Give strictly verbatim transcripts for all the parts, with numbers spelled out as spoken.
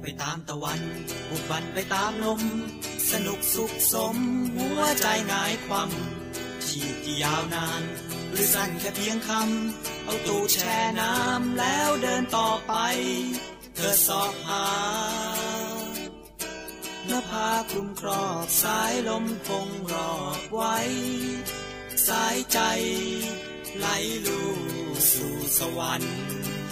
ไปตามตะวันบุกบันไปตามลมสนุกสุขสมหัวใจหงายความชีพที่ยาวนานหรือสั้นแค่เพียงคำเอาตู้แช่น้ำแล้วเดินต่อไปเธอสอบหาหน้าผาคลุมครอบสายลมคงรอบไว้สายใจไหลลู่สู่สวรรค์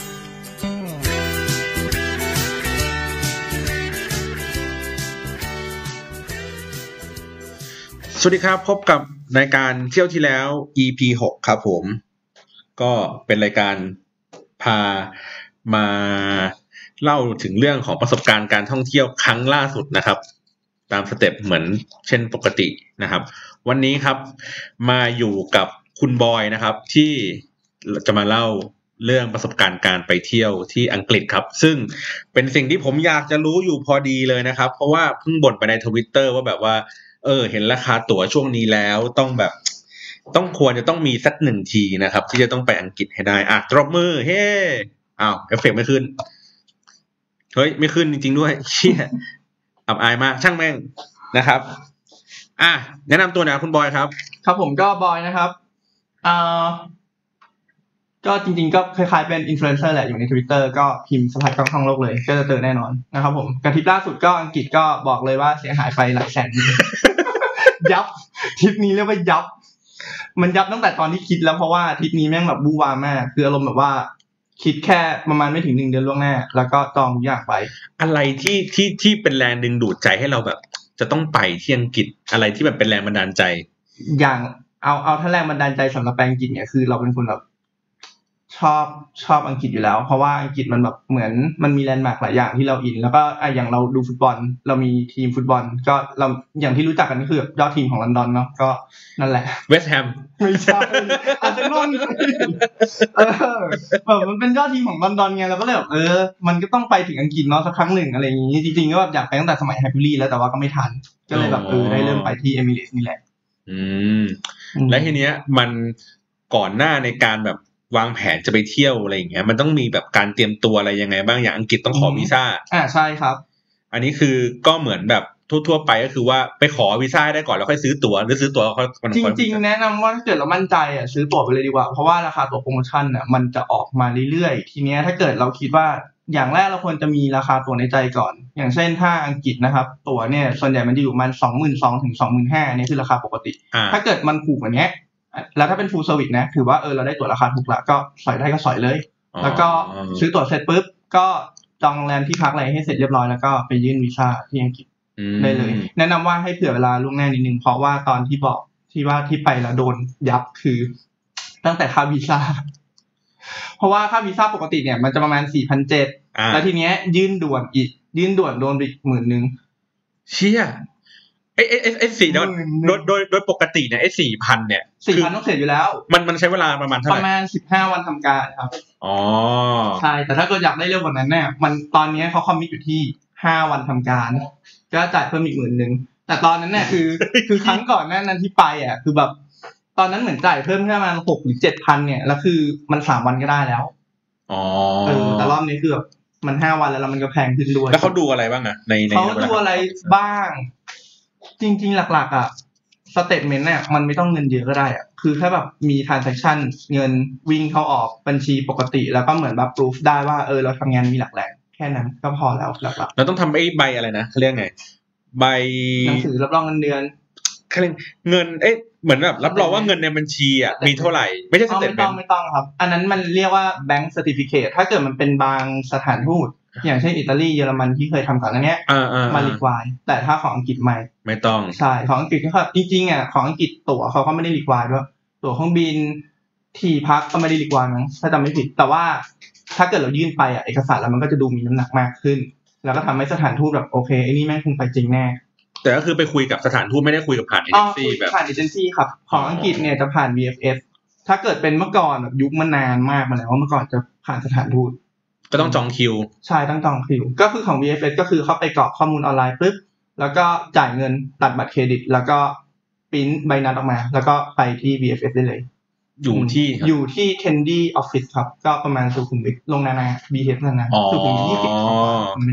สวัสดีครับพบกับรายการเที่ยวที่แล้ว อี พี หกครับผมก็เป็นรายการพามาเล่าถึงเรื่องของประสบการณ์การท่องเที่ยวครั้งล่าสุดนะครับตามสเต็ปเหมือนเช่นปกตินะครับวันนี้ครับมาอยู่กับคุณบอยนะครับที่จะมาเล่าเรื่องประสบการณ์การไปเที่ยวที่อังกฤษครับซึ่งเป็นสิ่งที่ผมอยากจะรู้อยู่พอดีเลยนะครับเพราะว่าเพิ่งบ่นไปใน Twitter ว่าแบบว่าเออเห็นราคาตั๋วช่วงนี้แล้วต้องแบบต้องควรจะต้องมีสักหนึ่งทีนะครับที่จะต้องไปอังกฤษให้ได้อ่ะตบมือเฮ้อ้าวเอฟเฟกต์ไม่ขึ้นเฮ้ยไม่ขึ้นจริงๆด้วยเชี่ยอับอายมากช่างแม่งนะครับอ่ะแนะนำตัวหน่อยคุณบอยครับครับผมก็บอยนะครับอ่าก็จริงๆก็คล้ายๆเป็นอินฟลูเอนเซอร์แหละอยู่ใน Twitter ก็พิมพ์สะพัดกล้องท่องโลกเลยก็จะเจอแน่นอนนะครับผมกับทริปล่าสุดก็อังกฤษก็บอกเลยว่าเสียหายไปหลายแสน ยับทริปนี้เรียกว่ายับมันยับตั้งแต่ตอนที่คิดแล้วเพราะว่าทริปนี้แม่งแบบบู๊วามากคืออารมณ์แบบว่าคิดแค่ประมาณไม่ถึงหนึ่งเดือนล่วงหน้าแล้วก็จองทุกอย่างไปอะไรที่ที่ที่เป็นแรงดึงดูดใจให้เราแบบจะต้องไปที่อังกฤษอะไรที่แบบเป็นแรงบันดาลใจอย่างเอาเอาถ้าแรงบันดาลใจสำหรับไปอังกฤษเนี่ยคือเราเป็นคนแบบชอบชอบอังกฤษอยู่แล้วเพราะว่าอังกฤษมันแบบเหมือนมันมีแลนด์มาร์คหลายอย่างที่เราอินแล้วก็อ่ะอย่างเราดูฟุตบอลเรามีทีมฟุตบอลก็เราอย่างที่รู้จักกันก็คือยอดทีมของลอนดอนเนาะก็นั่นแหละเวสต์แฮมไม่ใช่อาร์เซนอลเออแบบมันเป็นยอดทีมของลอนดอนไงเราก็เลยแบบเออมันก็ต้องไปถึงอังกฤษเนาะสักครั้งหนึ่งอะไรอย่างงี้จริงๆก็แบบอยากไปตั้งแต่สมัยแฮปปี้ลี่แล้วแต่ว่าก็ไม่ทันก็เลยแบบเออได้เริ่มไปที่เอมิเรตส์นี่แหละอืมและทีเนี้ยมันก่อนหน้าในการแบบวางแผนจะไปเที่ยวอะไรอย่างเงี้ยมันต้องมีแบบการเตรียมตัวอะไรยังไงบ้างอย่างอังกฤษต้องขอวีซ่าอ่าใช่ครับอันนี้คือก็เหมือนแบบทั่วๆไปก็คือว่าไปขอวีซ่าได้ก่อนแล้วค่อยซื้อตั๋วหรือซื้อตั๋วค่อยจริงๆแนะนำว่าถ้าเกิดเรามั่นใจอ่ะซื้อตั๋วไปเลยดีกว่าเพราะว่าราคาตั๋วโปรโมชั่นอ่ะมันจะออกมาเรื่อยๆทีเนี้ยถ้าเกิดเราคิดว่าอย่างแรกเราควรจะมีราคาตั๋วในใจก่อนอย่างเช่นถ้าอังกฤษนะครับตั๋วเนี่ยส่วนใหญ่มันจะอยู่ประมาณ สองหมื่นสองพัน ถึง สองหมื่นห้าพัน อันนี้คือราคาปกติถ้าเกิดมันถูกกว่านี้แล้วถ้าเป็น full service นะถือว่าเออเราได้ตั๋วราคาถูกละก็สอยได้ก็สอยเลยแล้วก็ซื้อตั๋วเสร็จปุ๊บก็จองโรงแรมที่พักอะไรให้เสร็จเรียบร้อยแล้วก็ไปยื่นวีซ่าที่อังกฤษได้เลยแนะนำว่าให้เผื่อเวลาล่วงหน้านิดนึงเพราะว่าตอนที่บอกที่ว่าที่ไปแล้วโดนยับคือตั้งแต่ค่าวีซ่าเพราะว่าค่าวีซ่าปกติเนี่ยมันจะประมาณ สี่พันเจ็ดร้อย แล้วทีเนี้ยยื่นด่วนอีกยื่นด่วนโดนไปอีก หมื่น นึงเชี่ยไอ้ไอ้ไอ้ไอ้สี่โดยโดยโดยโดยปกติเนี่ยไอ้ สี่พัน เนี่ยสี่พัน ต้องเสร็จอยู่แล้วมันมันใช้เวลาประมาณเท่าไหร่ประมาณสิบห้าวันทำการครับอ๋อใช่แต่ถ้าเกิดอยากได้เร็วกว่านั้นเนี่ยมันตอนนี้เขาคอมมิตอยู่ที่ห้าวันทำการก็จ่ายเพิ่มอีก หมื่น นึงแต่ตอนนั้นเนี่ยคือคือครั้งก่อนหน้านั้นที่ไปอ่ะคือแบบตอนนั้นเหมือนจ่ายเพิ่มแค่ประมาณหกหรือ เจ็ดพัน เนี่ยแล้วคือมันสามวันก็ได้แล้วอ๋อเออแต่รอบนี้คือแบบมันห้าวันแล้วมันก็แพงขึ้นด้วยแล้วเขาดูอะไรบ้างอ่ะในในเขาดูอะไรบ้างจริงๆหลักๆอ่ะสเตทเมนต์เนี่ยมันไม่ต้องเงินเยอะก็ได้อ่ะคือแค่แบบมี transaction เงินวิ่งเข้าออกบัญชีปกติแล้วก็เหมือนแบบ proof ได้ว่าเออเราทำงานมีหลักแหล่งแค่นั้นก็พอแล้วหลักๆเราต้องทำไอ้ใบอะไรนะเขาเรียกไงใบหนังสือรับรองเงินเดือนเขาเรียกเงินเอ๊ะเหมือนแบบรับรองว่าเงินในบัญชีอ่ะมีเท่าไหร่ไม่ใช่สเตทเมนต์ไม่ต้องครับอันนั้นมันเรียกว่า bank certificate ถ้าเกิดมันเป็นบางสถานทูตอย่างเช่นอิตาลีเยอรมันที่เคยทำก่อนหน้านี้มารีควายแต่ถ้าของอังกฤษไม่ไม่ต้องใช่ของอังกฤษก็จริงๆอ่ะของอังกฤษตั๋วเขาก็ไม่ได้รีควายด้วยตั๋วเครื่องบินที่พักก็ไม่ได้รีควายมั้งถ้าจำไม่ผิดแต่ว่าถ้าเกิดเรายื่นไปอ่ะเอกสารแล้วมันก็จะดูมีน้ำหนักมากขึ้นแล้วก็ทำให้สถานทูตแบบโอเคไอ้นี่แม่งคงไปจริงแน่แต่ก็คือไปคุยกับสถานทูตไม่ได้คุยกับผ่านเอเจนซี่แบบผ่านเอเจนซี่ครับของอังกฤษเนี่ยจะผ่าน วี เอฟ เอส ถ้าเกิดเป็นเมื่อก่อนแบบยุคมันนานมากมาแล้วว่าเมื่อก่อนจะผ่านสถานทูตก็ต้องจองคิวใช่ต้องจองคิวก็คือของ วี เอฟ เอส ก็คือเข้าไปกรอกข้อมูลออนไลน์ปึ๊บแล้วก็จ่ายเงินตัดบัตรเครดิตแล้วก็ปริ้นใบนัดออกมาแล้วก็ไปที่ วี เอฟ เอส ได้เลยอยู่ที่อยู่ที่ Tendy Office ครับก็ประมาณสุขุมวิทลงนานา บี เอช นานาสุขุมวิทยี่สิบไม่ได้หรอ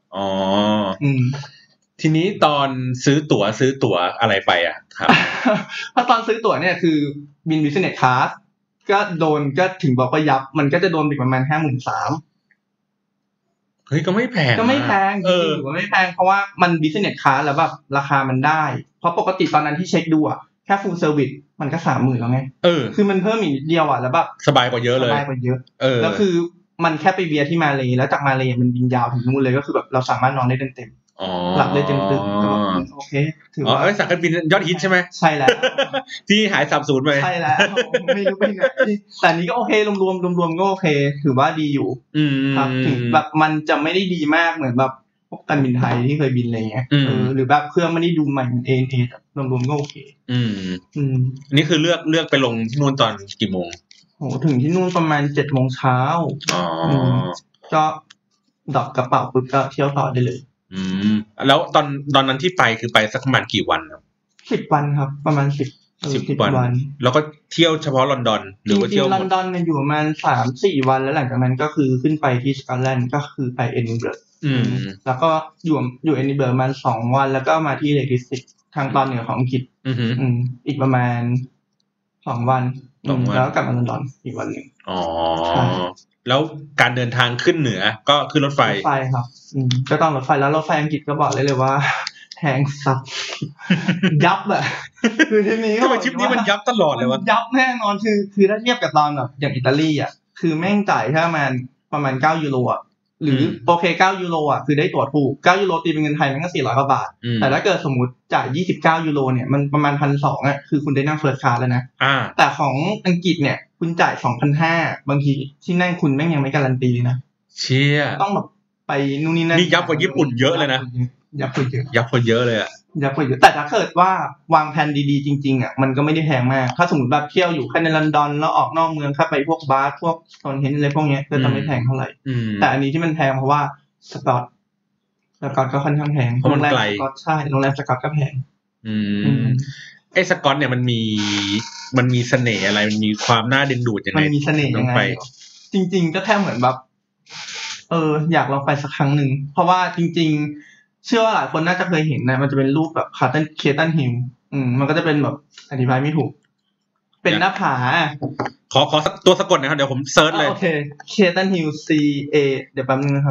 อ๋ออืมทีนี้ตอนซื้อตั๋วซื้อตั๋วอะไรไปอ่ะครับถ้าตอนซื้อตั๋วเนี่ยคือบิน business class ก็โดนก็ถึงบอกว่ายับมันก็จะโดนอีกประมาณ ห้าหมื่นสามพันเฮ้ยก็ไม่แพงก็ไม่แพงจริงๆถือว่าไม่แพงเพราะว่ามัน business class แล้วแบบราคามันได้เพราะปกติตอนนั้นที่เช็คดูอ่ะแค่ full service มันก็ สามหมื่น แล้วไงเออคือมันเพิ่มอีกนิดเดียวอ่ะแล้วแบบสบายกว่าเยอะเลยสบายกว่าเยอะเออแล้วคือมันแค่ไปเบียร์ที่มาเลแล้วจากมาเลมันบินยาวถึงนู่นเลยก็คือแบบเราสามารถนอนได้เต็มๆอ๋อหลับได้เต็มๆก็โอเคถือว่าอ๋อเอ้ยสายการบินยอดฮิตใช่มั้ยใช่แล้วที่หายสาบสูญไปใช่แล้วไม่รู้ไปไหนแต่นี้ก็โอเครวมๆรวมๆก็โอเคถือว่าดีอยู่ครับถึงแบบมันจะไม่ได้ดีมากเหมือนแบบพวกการบินไทยที่เคยบินอะไรเงี้ยเออหรือแบบเครื่องไม่ได้ดูใหม่เหมือน เอ เอ็น เอ รวมๆก็โอเคอืมอืมนี่คือเลือกเลือกไปลงที่นู่นตอนกี่โมงโหถึงที่นู่นประมาณ เจ็ดโมง เช้าอ๋อก็ดอกกระเป๋าปุ๊บก็เที่ยวต่อได้เลยอืมแล้วตอนตอนนั้นที่ไปคือไปสักประมาณกี่วันครับสิบวันครับประมาณสิบสิบวันแล้วก็เที่ยวเฉพาะลอนดอนหรือว่าเที่ยวลอนดอนเนี่ยอยู่ประมาณ สามสี่ วันแล้วหลังจากนั้นก็คือขึ้นไปที่สกอตแลนด์ก็คือไปเอดินบะระอืมแล้วก็อยู่อยู่เอดินบะระประมาณสองวันแล้วก็มาที่เลคดิสตริกทางตอนเหนือของอังกฤษอืออืมอีกประมาณสองวันแล้วกลับมาลอนดอนอีกวันนึงอ๋อแล้วการเดินทางขึ้นเหนือก็ขึ้นรถไฟรถไฟครับอืมก็ต้องรถไฟแล้วรถไฟอังกฤษก็บอกเลยเลยว่าแพงสัสยับอ่ะคือทีนี้ทำไมทริปนี้มันยับตลอดเลยวะยับแน่นอนคือคือถ้าเทียบกับตอนแบบอย่างอิตาลีอ่ะคือแม่งจ่ายแค่ประมาณประมาณเก้ายูโรอ่ะหรือโอเคเก้ายูโรอ่ะคือได้ตั๋วถูกเก้ายูโรตีเป็นเงินไทยมันก็สี่ร้อยกว่าบาทแต่ถ้าเกิดสมมุติจ่ายยี่สิบเก้ายูโรเนี่ยมันประมาณ หนึ่งพันสองร้อย อ่ะคือคุณได้นั่งเฟิร์สคลาสแล้วนะแต่ของอังกฤษเนี่ยคุณจ่าย สองพันห้าร้อย บางทีที่นั่งคุณแม่งยังไม่การันตีเลยนะเชี่ยต้องแบบไปนู่นนี่นั่นนี่ยับกว่าญี่ปุ่นเยอะเลยนะยับกว่าเยอะยับกว่าเยอะเลยอ่ะยับกว่าเยอะแต่ถ้าเกิดว่าวางแผนดีๆจริงๆอ่ะมันก็ไม่ได้แพงมากถ้าสมมติแบบเที่ยวอยู่แค่ในลอนดอนแล้วออกนอกเมืองเข้าไปพวกบาร์พวกโซนเฮนอะไรพวกเนี้ยก็จะไม่แพงเท่าไหร่แต่อันนี้ที่มันแพงเพราะว่าสกอตสกอตก็ค่อนข้างแพงเพราะมันไกลสกอตใช่โรงแรมสกอตก็แพงอืมไอ้สกอตเนี่ยมันมีมันมีเสน่ห์อะไรมันมีความน่าดึงดูดยังไงมันมีเสน่ห์ยังไงจริงๆก็แค่เหมือนแบบเอออยากลองไปสักครั้งนึงเพราะว่าจริงๆเชื่อว่าหลายคนน่าจะเคยเห็นนะมันจะเป็นรูปแบบคาร์ตันเคตันฮิลอืมมันก็จะเป็นแบบอธิบายไม่ถูกเป็นหน้าผาขอขอตัวสะกดนะครับเดี๋ยวผมเซิร์ชเลยโอเคเคตันฮิล C A เดี๋ยวแป๊บนึงนะครับ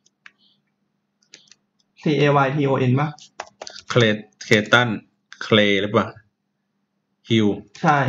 C A Y T O N ป่ะเคลเคตันเคลหรือเปล่าฮิลใช่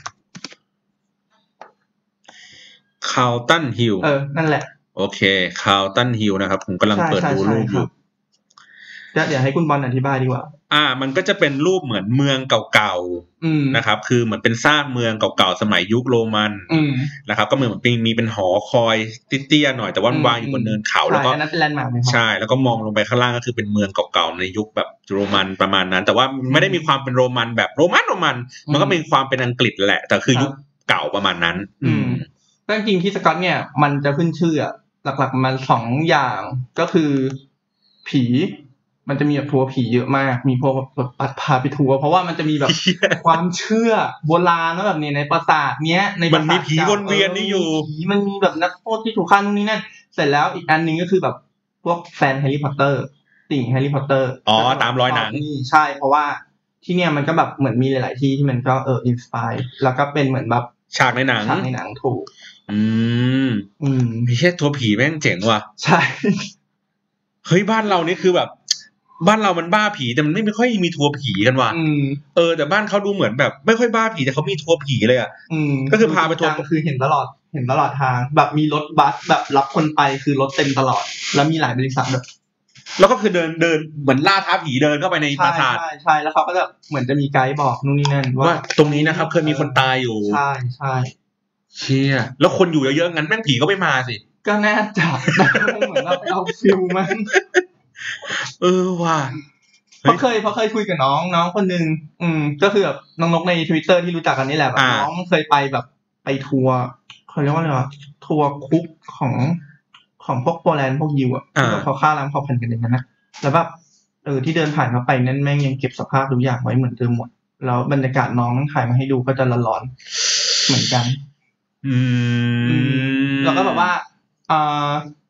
คาร์ตันฮิลเออนั่นแหละโอเคคาร์ตันฮิลนะครับผมกำลังเปิดดูรูปอยู่เดี๋ยวให้คุณบอลอธิบายดีกว่าอ่ามันก็จะเป็นรูปเหมือนเมืองเก่าๆนะครับคือเหมือนเป็นซากเมืองเก่าๆสมัยยุคโรมันนะครับก็เหมือนเป็นมีเป็นหอคอยเตี้ยๆหน่อยแต่ว่าวางอยู่บนเนินเขาแล้วก็ใช่แล้วก็มองลงไปข้างล่างก็คือเป็นเมืองเก่าๆในยุคแบบโรมันประมาณนั้นแต่ว่าไม่ได้มีความเป็นโรมันแบบโรมันโรมันมันก็มีความเป็นอังกฤษแหละแต่คือยุคเก่าประมาณนั้นอืมแต่จริงที่สกอตเนี่ยมันจะขึ้นชื่อหลักๆมันสองอย่างก็คือผีมันจะมีแบบทัวร์ผีเยอะมากมีพวกแบบปัดพาไปทัวร์เพราะว่ามันจะมีแบบความเชื่อโบราณว่าแบบนี้ในปราสาทเนี้ยในมันมีผีวนเวียนนี่อยู่ผีมันมีแบบนักโทษที่ถูกฆ่านู่นนี่นั่นเสร็จแล้วอีกอันนึงก็คือแบบพวกแฟนแฮร์รี่พอตเตอร์ติ่งแฮร์รี่พอตเตอร์อ๋อตามรอยหนังนี่ใช่เพราะว่าที่เนี้ยมันก็แบบเหมือนมีหลายๆที่ที่มันก็เอออินสไปร์แล้วก็เป็นเหมือนแบบฉากในหนังฉากในหนังถูกอืมอืมพี่แค่ตัวผีแม่งเจ๋งว่ะใช่เฮ้ยบ้านเรานี่คือแบบบ้านเรามันบ้าผีแต่มันไม่ค่อยมีทัวร์ผีกันว่ะเออแต่บ้านเขาดูเหมือนแบบไม่ค่อยบ้าผีแต่เขามีทัวร์ผีเลยอ่ะก็คือพาไปทัวร์คือเห็นตลอดเห็นตลอดทางแบบมีรถบัสแบบรับคนไปคือรถเต็มตลอดแล้วมีหลายบริษัทแบบแล้วก็คือเดินเดินเหมือนล่าท้าผีเดินเข้าไปในปราสาทใช่ใช่แล้วเขาก็จะเหมือนจะมีไกด์บอกนู่นนี่นั่นว่าตรงนี้นะครับเคยมีคนตายอยู่ใช่ใช่เชี่ยแล้วคนอยู่เยอะๆงั้นแม่งผีก็ไม่มาสิก็น่าจะเหมือนเราไปเอาฟิลมันเออว่ะเพราะเคยเพราะเคยคุยกับน้องน้องคนนึงอืมก็คือแบบน้องนกใน Twitter ที่รู้จักกันนี่แหละแบบน้องเคยไปแบบไปทัวร์เขาเรียกว่าอะไรวะทัวร์คุกของของพวกโปแลนด์พวกยิวอ่ะที่เขาฆ่าล้างเผ่าพันธุ์กันอย่างนั้นนะแล้วแบบเออที่เดินผ่านเข้าไปนั่นแม่งยังเก็บสภาพทุกอย่างไว้เหมือนเดิมหมดแล้วบรรยากาศน้องนั่งถ่ายมาให้ดูก็จะร้อนๆเหมือนกันอืมแล้วก็แบบว่าอ่า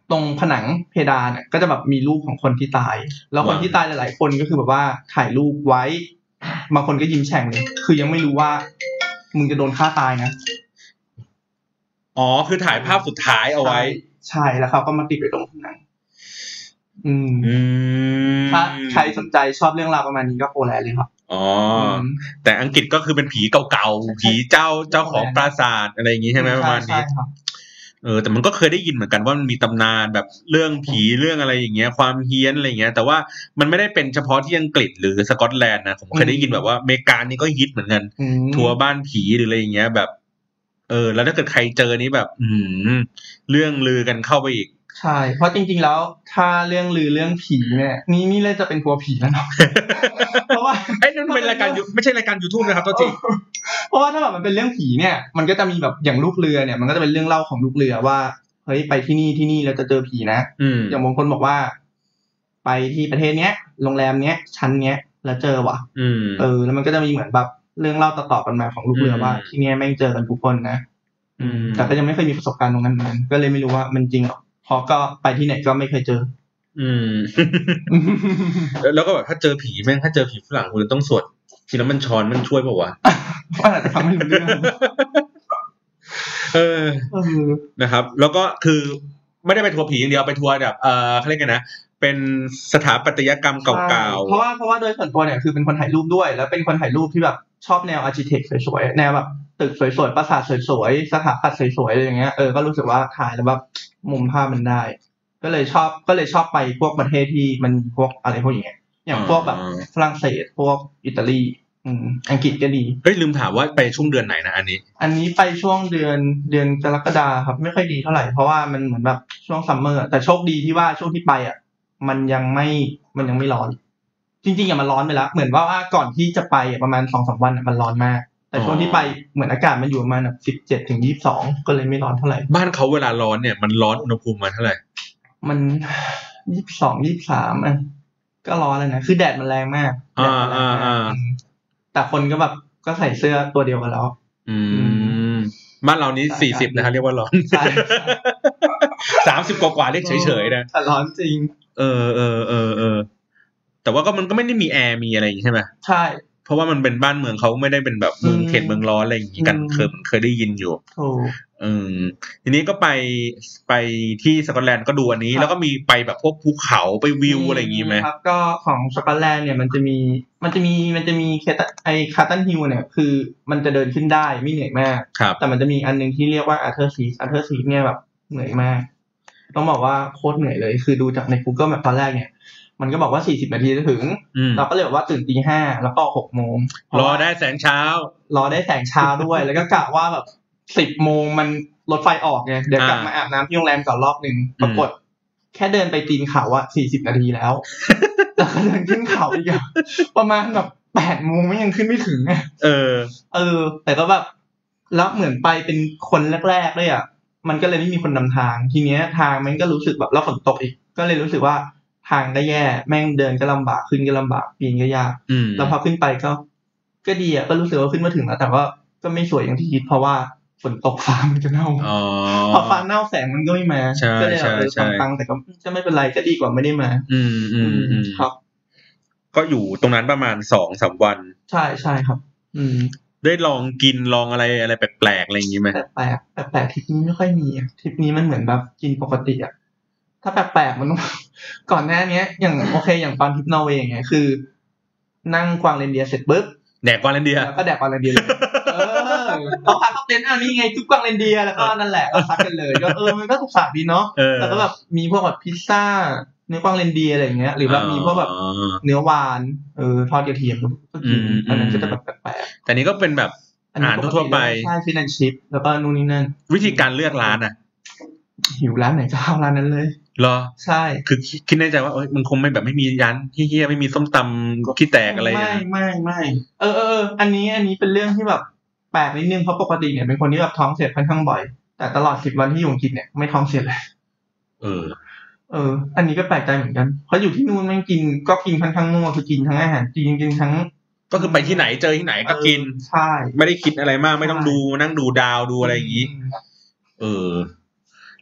ตรงผนังเพดานเนี่ยก็จะแบบมีรูปของคนที่ตายแล้วคนที่ตายหลายๆคนก็คือแบบว่าถ่ายรูปไว้บางคนก็ยิ้มแฉ่งเลยคือยังไม่รู้ว่ามึงจะโดนฆ่าตายนะอ๋อคือถ่ายภาพสุดท้ายเอาไว้ใช่แล้วเขาก็มาติดไว้ตรงผนังอืมถ้าใครสนใจชอบเรื่องราวประมาณนี้ก็โปแลนด์เลยครับอ๋อแต่อังกฤษก็คือเป็นผีเก่าๆผีเจ้าเจ้าของปราสาทอะไรอย่างงี้ใช่ไหมประมาณนี้เออแต่มันก็เคยได้ยินเหมือนกันว่ามันมีตำนานแบบเรื่องผีเรื่องอะไรอย่างเงี้ยความเฮี้ยนอะไรอย่างเงี้ยแต่ว่ามันไม่ได้เป็นเฉพาะที่อังกฤษหรือสกอตแลนด์นะผมเคยได้ยินแบบว่าอเมริกานี่ก็ฮิตเหมือนกันทัวร์บ้านผีหรืออะไรอย่างเงี้ยแบบเออแล้วถ้าเกิดใครเจอนี้แบบอืมเรื่องลือกันเข้าไปอีกใช่เพราะจริงๆแล้วถ้าเรื่องลือเรื่องผีเนี่ยนี่นี่เลยจะเป็นทัวร์ผีแล้วเนาะเพราะว่าไอ้นั่นเป็นรายการไม่ใช่รายการ YouTube นะครับตัวจริงเพราะว่าถ้าแบบมันเป็นเรื่องผีเนี่ยมันก็จะมีแบบอย่างลูกเรือเนี่ยมันก็จะเป็นเรื่องเล่าของลูกเรือว่าเฮ้ยไปที่นี่ที่นี่แล้วจะเจอผีนะอย่างบางคนบอกว่าไปที่ประเทศเนี้ยโรงแรมเนี้ยชั้นเนี้ยแล้วเจอว่ะเออแล้วมันก็จะมีเหมือนแบบเรื่องเล่าต่อๆกันมาของลูกเรือว่าที่เนี้ยแม่งเจอกันทุกคนนะแต่ก็ยังไม่เคยมีประสบการณ์ตรงนั้นเหมือนกันก็เลยไม่รู้ว่ามันจริงหรอพอก็ไปที่ไหนก็ไม่เคยเจออืมแล้วก็แบบถ้าเจอผีแม่งถ้าเจอผีฝรั่งคุณต้องสวดทีน้ำมันช้อนมันช่วยเปล่าวะอาจจะทำให้รู้เรื่องเออนะครับ แล้วก็คือไม่ได้ไปทัวร์ผีอย่างเดียวไปทัวร์แบบเออเขาเรียกกันนะเป็นสถาปัตยกรรมเก่าๆเพราะว่าเพราะว่าโดยส่วนตัวเนี่ยคือเป็นคนถ่ายรูปด้วยแล้วเป็นคนถ่ายรูปที่แบบชอบแนวอาร์คิเทคสวยๆแนวแบบตึกสวยๆปราสาทสวยๆสถาปัตย์สวยๆอะไรอย่างเงี้ยเออก็รู้สึกว่าถ่ายแล้วแบบมุมภาพมันได้ก็เลยชอบก็เลยชอบไปพวกประเทศที่มันพวกอะไรพวกอย่างเงี้ยอย่างพวกแบบฝรั่งเศสพวกอิตาลีอืมอังกฤษก็ดีเฮ้ยลืมถามว่าไปช่วงเดือนไหนนะอันนี้อันนี้ไปช่วงเดือนเดือนกรกฎาคมครับไม่ค่อยดีเท่าไหร่เพราะว่ามันเหมือนแบบช่วงซัมเมอร์แต่โชคดีที่ว่าช่วงที่ไปอ่ะมันยังไม่มันยังไม่ร้อนจริงๆอ่ะมันร้อนไปแล้วเหมือนว่าก่อนที่จะไปประมาณ สองถึงสาม วันอ่ะมันร้อนมากแต่ช่วงที่ไปเหมือนอากาศมันอยู่ประมาณแบบสิบเจ็ดถึงยี่สิบสองก็เลยไม่ร้อนเท่าไหร่บ้านเขาเวลาร้อนเนี่ยมันร้อนอุณหภูมิมาเท่าไหร่มันยี่สิบสอง ยี่สิบสามอ่ะก็ร้อนเลยนะคือแดดมันแรงมากแดดมันแรงมากแต่คนก็แบบก็ใส่เสื้อตัวเดียวกันแล้วอืมบ้านเรานี้สี่สิบนะฮะเรียกว่าร้อนสามสิบกว่าๆเรียกเฉยๆนะแต่ร้อนจริงเออเออเออเออแต่ว่าก็มันก็ไม่ได้มีแอร์มีอะไรอย่างงี้ใช่ไหมใช่เพราะว่ามันเป็นบ้านเมืองเขาไม่ได้เป็นแบบเมืองเขตเมืองร้อนอะไรอย่างงี้กันเคยเคยได้ยินอยู่ถูกอืมทีนี้ก็ไปไปที่สกอตแลนด์ก็ดูอันนี้แล้วก็มีไปแบบพวกภูเขาไปวิวอะไรอย่างงี้ไหมครับก็ของสกอตแลนด์เนี่ยมันจะมีมันจะมีมันจะมีไอคาร์ตันฮิลเนี่ยคือมันจะเดินขึ้นได้ไม่เหนื่อยมากแต่มันจะมีอันนึงที่เรียกว่าอาร์เธอร์ซีอาร์เธอร์ซีเนี่ยแบบเหนื่อยมากต้องบอกว่าโคตรเหนื่อยเลยคือดูจากใน Google Map ตอนแรกเนี่ยมันก็บอกว่าสี่สิบนาทีจะถึงเราก็เลยบอกว่าตื่นตีห้าแล้วก็หกโมงรอได้แสงเช้ารอได้แสงเช้าด้วยแล้วก็กะว่าแบบสิบโมงมันรถไฟออกไงเดี๋ยวกลับมาอาบน้ำที่โรงแรมก่อนรอบนึงปรากฏแค่เดินไปตีนเขาอะสี่สิบนาทีแล้วแล้วก็เดินขึ้นเขาอีกอ่ะประมาณแบบแปดโมงไม่ยังขึ้นไม่ถึงอ่ะเออเออแต่ก็แบบแล้วเหมือนไปเป็นคนแรกๆเลยอ่ะมันก็เลยไม่มีคนนำทางทีเนี้ยทางมันก็รู้สึกแบบแล้วฝนตกอีกก็เลยรู้สึกว่าทางก็แย่แม่งเดินก็ลำบากขึ้นก็ลำบากปีนก็ยากแล้วพอขึ้นไปก็ก็ดีอ่ะก็รู้สึกว่าขึ้นมาถึงแล้วแต่ว่าก็ไม่สวยอย่างที่คิดเพราะว่าฝนตกฟ้ามันจะเน่าพอฟ้าเน่าแสงมันก็ไม่มาก็เลยแบบฟังๆแต่ก็จะไม่เป็นไรก็ดีกว่าไม่ได้มาอืมอืมครับก็อยู่ตรงนั้นประมาณ สองถึงสาม วันใช่ๆครับอืมได้ลองกินลองอะไรอะไรแปลกๆอะไรอย่างงี้มั้ยแปลกๆแปลกๆทริปนี้ไม่ค่อยมีอ่ะทริปนี้มันเหมือนแบบกินปกติอ่ะถ้าแปลกๆมันต้องก่อนหน้านี้อย่างโอเคอย่างตอนทริปนอร์เวย์อย่างเงี้ยคือนั่งกวางเรนเดียร์เสร็จปึ๊บแดกกวางเรนเดียร์แล้วก็แดกกวางเรนเดียร์เออเอาพาเข้าเต็นท์อ้าวนี่ไงจุ๊บกวางเรนเดียร์แล้วก็นั่นแหละก็ซัดกันเลยก็เออมันก็ถูกสาดดีเนาะแล้วก็แบบมีพวกแบบพิซซ่าเนื้อกวางเรนเดียร์อะไรอย่างเงี้ยหรือแบบมีพวกแบบเนื้อวานเออทอดกระเทียมก็กินอันนั้นก็จะแบบแปลกๆแต่นี้ก็เป็นแบบอาหารทั่วๆไปใช่ฟิชแอนด์ชิพแล้วก็นู่นนี่นั่นวิธีการเลือกร้านอ่ะหิวร้านไหนก็เอาร้านนั้นเลยเหรอใช่คือคิดในใจว่าเอ้ยมันคงไม่แบบไม่มีร้านเหี้ยๆไม่มีส้มตำขี้แตกอะไรไม่ไม่ไม่เออเอออันนี้อันนี้เป็นเรื่องที่แบบแปลกนิดนึงเพราะปกติเนี่ยเป็นคนที่แบบท้องเสียค่อนข้างบ่อยแต่ตลอดสิบวันที่อยู่อังกฤษเนี่ยไม่ท้องเสียเลยเออเอออันนี้ก็แปลกใจเหมือนกันเพราะอยู่ที่นู่นแม่งกินก็กินค่อนข้างมั่วคือกินทั้งอาหารจีนกินทั้งก็คือไปที่ไหนเจอที่ไหนก็กินใช่ไม่ได้คิดอะไรมากไม่ต้องดูนั่งดูดาวดูอะไรอย่างงี้เออ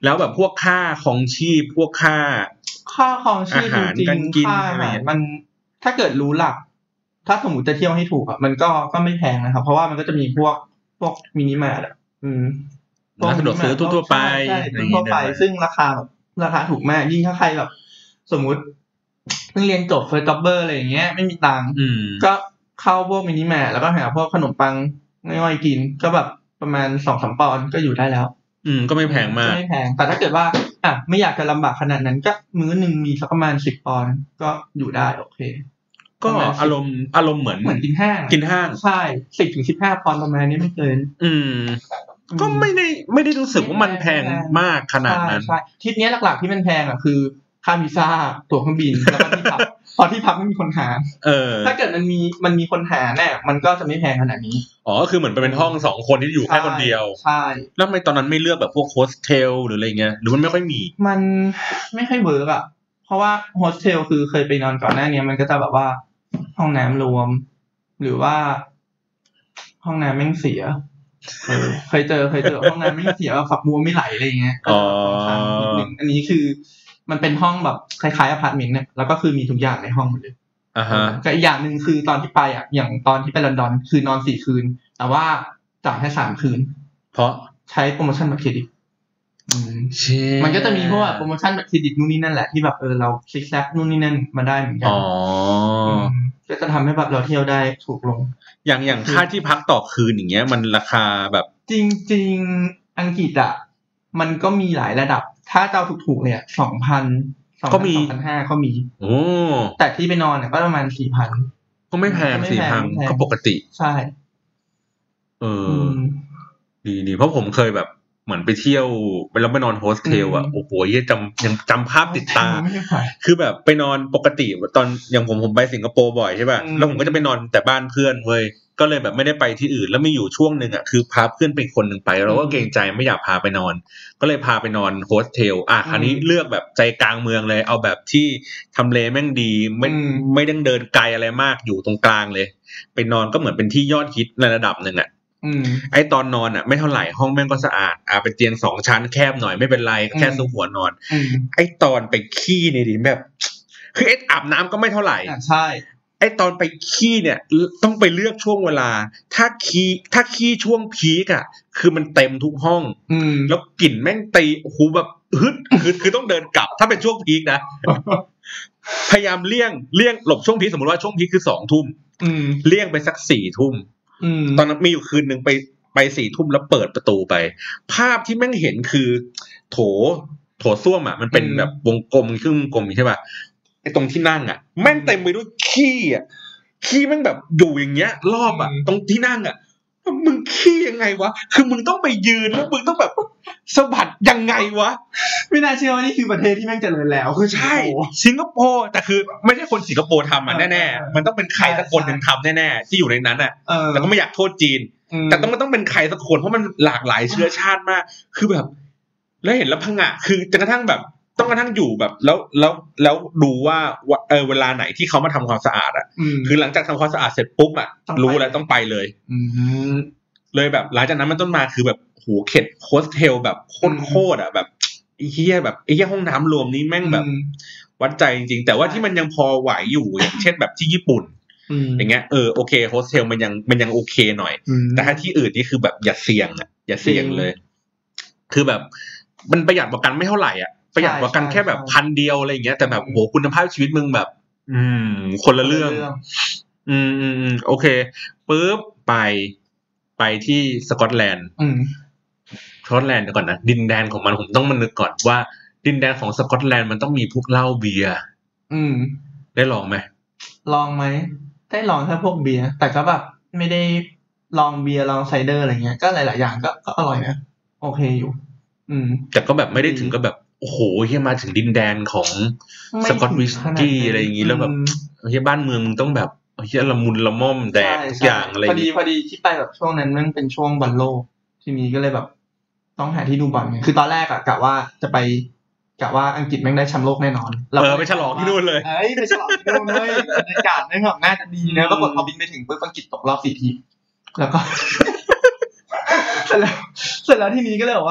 แล้วแบบพวกค่าของชีพพวกค่าค่าของชีพจริงๆค่าอาหารมันถ้าเกิดรู้หลักถ้าสมมุติจะเที่ยวให้ถูกอ่ะมันก็ก็ไม่แพงนะครับเพราะว่ามันก็จะมีพวกพวกมินิมาร์ทอ่ะอืมร้านสะดวกซื้อทั่วๆไปทั่วไปซึ่งราคาแบบราคาถูกมากยิ่งถ้าใครแบบสมมุติเพิ่งเรียนจบเฟิร์สจ็อบเบอร์อะไรอย่างเงี้ยไม่มีตังค์ก็เข้าพวกมินิมาร์ทแล้วก็หาพวกขนมปังง่อยๆกินก็แบบประมาณ สองถึงสาม ปอนด์ก็อยู่ได้แล้วอืมก็ไม่แพงมากไม่แพงแต่ถ้าเกิดว่าอ่ะไม่อยากจะลำบากขนาดนั้นก็มื้อนึงมีสักประมาณสิบปอนด์ก็อยู่ได้โอเคก็อารมณ์อารมณ์เหมือนเหมือนกินห้างกินห้างใช่ สิบถึงสิบห้า ปอนด์ประมาณนี้ไม่เกินอืมก็ไม่ได้ไม่ได้รู้สึกว่ามันแพงมากขนาดนั้นใช่ทริปนี้หลักๆที่มันแพงอ่ะคือค่าวีซ่าตั๋วเครื่องบินแล้วก็ที่พักพอที่พักไม่มีคนหาเออถ้าเกิดมันมีมันมีคนหาเนี่ยมันก็จะไม่แพงขนาดนี้อ๋อคือเหมือนเป็นห้องสองคนที่อยู่แค่คนเดียวใช่แล้วทำไมตอนนั้นไม่เลือกแบบพวกโฮสเทลหรืออะไรเงี้ยหรือมันไม่ค่อยมีมันไม่ค่อยเวิร์กอ่ะเพราะว่าโฮสเทลคือเคยไปนอนก่อนหน้านี้มันก็จะแบบว่าห้องน้ำรวมหรือว่าห้องน้ำแม่งเสียเออเคยเจอเคยเจอห้องน้ำแม่งเสียฝักบัวไม่ไหลอะไรเงี้ยอ๋ออันนี้คือมันเป็นห้องแบบคล้ายๆอพาร์ตเมนต์เนี่ยแล้วก็คือมีทุกอย่างในห้องหมดเลยอ่าฮะแต่อีกอย่างนึงคือตอนที่ไปอ่ะอย่างตอนที่ไปลอนดอนคือนอนสี่คืนแต่ว่าจ่ายแค่สามคืนเพราะใช้โปรโมชั่นบัตรเครดิตอืมมันก็จะมีพวกโปรโมชั่นบัตรเครดิตนู่นนี่นั่นแหละที่แบบเออเราคลิกแซปนู่นนี่นั่นมาได้เหมือนกันอ๋อก็จะทำให้แบบเราเที่ยวได้ถูกลงอย่างอย่างค่าที่พักต่อคืนอย่างเงี้ยมันราคาแบบจริงๆอังกฤษอ่ะมันก็มีหลายระดับถ้าเจ้าถูกๆเนี่ย สองพันก็มีสองพันห้าร้อย ก็มีโอ้แต่ที่ไปนอนเนี่ยก็ประมาณ สี่พันก็ไม่แพง สี่พัน ก็ปกติใช่เออดีๆเพราะผมเคยแบบเหมือนไปเที่ยวไปแล้วไปนอนโฮสเทลอ่ะโอ้โหยังจำยังจำภาพติดตาคือแบบไปนอนปกติตอนอย่างผมผมไปสิงคโปร์บ่อยใช่ป่ะแล้วผมก็จะไปนอนแต่บ้านเพื่อนเว้ยก็เลยแบบไม่ได้ไปที่อื่นแล้วมีอยู่ช่วงนึงอ่ะคือพาเพื่อนไปคนนึงไปเราก็เกรงใจไม่อยากพาไปนอนก็เลยพาไปนอนโฮสเทลอ่ะคราวนี้เลือกแบบใจกลางเมืองเลยเอาแบบที่ทำเลแม่งดีไม่ไม่ต้องเดินไกลอะไรมากอยู่ตรงกลางเลยไปนอนก็เหมือนเป็นที่ยอดฮิตในระดับนึงอ่ะไอตอนนอนอ่ะไม่เท่าไหร่ห้องแม่งก็สะอาดอ่ะเป็นเตียงสองชั้นแคบหน่อยไม่เป็นไรแค่ซุกหัวนอนไอตอนไปขี้นี่ดิแบบคือไออาบน้ำก็ไม่เท่าไหร่ใช่ไอตอนไปขี้เนี่ยต้องไปเลือกช่วงเวลาถ้าขี้ถ้าขี้ช่วงพีคอ่ะคือมันเต็มทุกห้องแล้วกลิ่นแม่งตีโอ้โหแบบฮึดคือคือต้องเดินกลับถ้าเป็นช่วงพีคนะพยายามเลี่ยงเลี่ยงหลบช่วงพีคสมมติว่าช่วงพีคคือสองทุ่มเลี่ยงไปสักสี่ทุ่มตอนนั้นมีอยู่คืนนึงไปไปสี่ทุ่มแล้วเปิดประตูไปภาพที่แม่งเห็นคือโถโถส้วมอ่ะมันเป็นแบบวงกลมครึ่งวงกลมใช่ป่ะไอ้ตรงที่นั่งอ่ะแม่งเต็มไปด้วยขี้อ่ะขี้แม่งแบบอยู่อย่างเงี้ยรอบอ่ะตรงที่นั่งอ่ะมึงขี้ยังไงวะคือมึงต้องไปยืนแล้วมึงต้องแบบสะบัดยังไงวะไม่น่าเชื่อว่านี่คือประเทศที่แม่งเจริญแล้วคือใช่สิงคโปร์แต่คือไม่ใช่คนสิงคโปร์ทำอ่ะแน่ๆมันต้องเป็นใครสักคนหนึ่งทำแน่ๆที่อยู่ในนั้นอ่ะแต่ก็ไม่อยากโทษจีนแต่ต้องมันต้องเป็นใครสักคนเพราะมันหลากหลายเชื้อชาติมากคือแบบแล้วเห็นแล้วพังอ่ะคือจนกระทั่งแบบต้องกระทั่งอยู่แบบแล้วแล้วแล้วดูว่าเออเวลาไหนที่เขามาทำความสะอาดอ่ะคือหลังจากทำความสะอาดเสร็จปุ๊บอ่ะรู้แล้วต้องไปเลยเลยแบบหลังจากนั้นมันต้นมาคือแบบโหเข็ดโฮสเทลแบบโคตรๆอ่ะแบบไอ้เหี้ยแบบไอ้เหี้ยห้องน้ำรวมนี้แม่งแบบวัดใจจริงๆแต่ว่าที่มันยังพอไหวอยู่อย่างเช่นแบบที่ญี่ปุ่นอย่างเงี้ยเออโอเคโฮสเทลมันยังมันยังโอเคหน่อยแต่ถ้าที่อื่นนี่คือแบบอย่าเสี่ยงอ่ะอย่าเสี่ยงเลยคือแบบมันประหยัดประกันไม่เท่าไหร่อ่ะประหยัดประกันแค่แบบพันเดียวอะไรอย่างเงี้ยแต่แบบโหคุณภาพชีวิตมึงแบบอืมคนละเรื่องอืมอืมโอเคปึ๊บไปไปที่สกอตแลนด์สกอตแลนด์เดี๋ยวก่อนนะดินแดนของมันผมต้องมานึกก่อนว่าดินแดนของสกอตแลนด์มันต้องมีพวกเหล้าเบียร์อืมได้ลองไหมลองไหมได้ลองแค่พวกเบียร์แต่ก็แบบไม่ได้ลองเบียร์ลองไซเดอร์อะไรเงี้ยก็หลายๆอย่างก็ก็อร่อยนะโอเคอยู่อืมแต่ก็แบบไม่ได้ถึงก็แบบโอ้โหเฮียมาถึงดินแดนของสกอตวิสกี้อะไรอย่างงี้แล้วแบบเฮียบ้านเมืองมึงต้องแบบเฮียละมุนละม่อมแดกทุกอย่างอะไรพอดีพอดีที่ไปแบบช่วงนั้นมันเป็นช่วงบอลโลกทีนี้ก็เลยแบบต้องหาที่ดูบอลไงคือตอนแรกอะกะว่าจะไปกะว่าอังกฤษแม่งได้แชมป์โลกแน่นอนเออไปฉลองที่นู่นเลยเอ้ยไปฉลองที่นู่นเลยบรรยากาศแม่งแบบน่าจะดีนะแล้วกดพอบินไปถึงปุ๊บอังกฤษตกรอบสี่ทีมแล้วก็เสร็จแล้วเสร็จแล้วทีนี้ก็เลยบอกว่า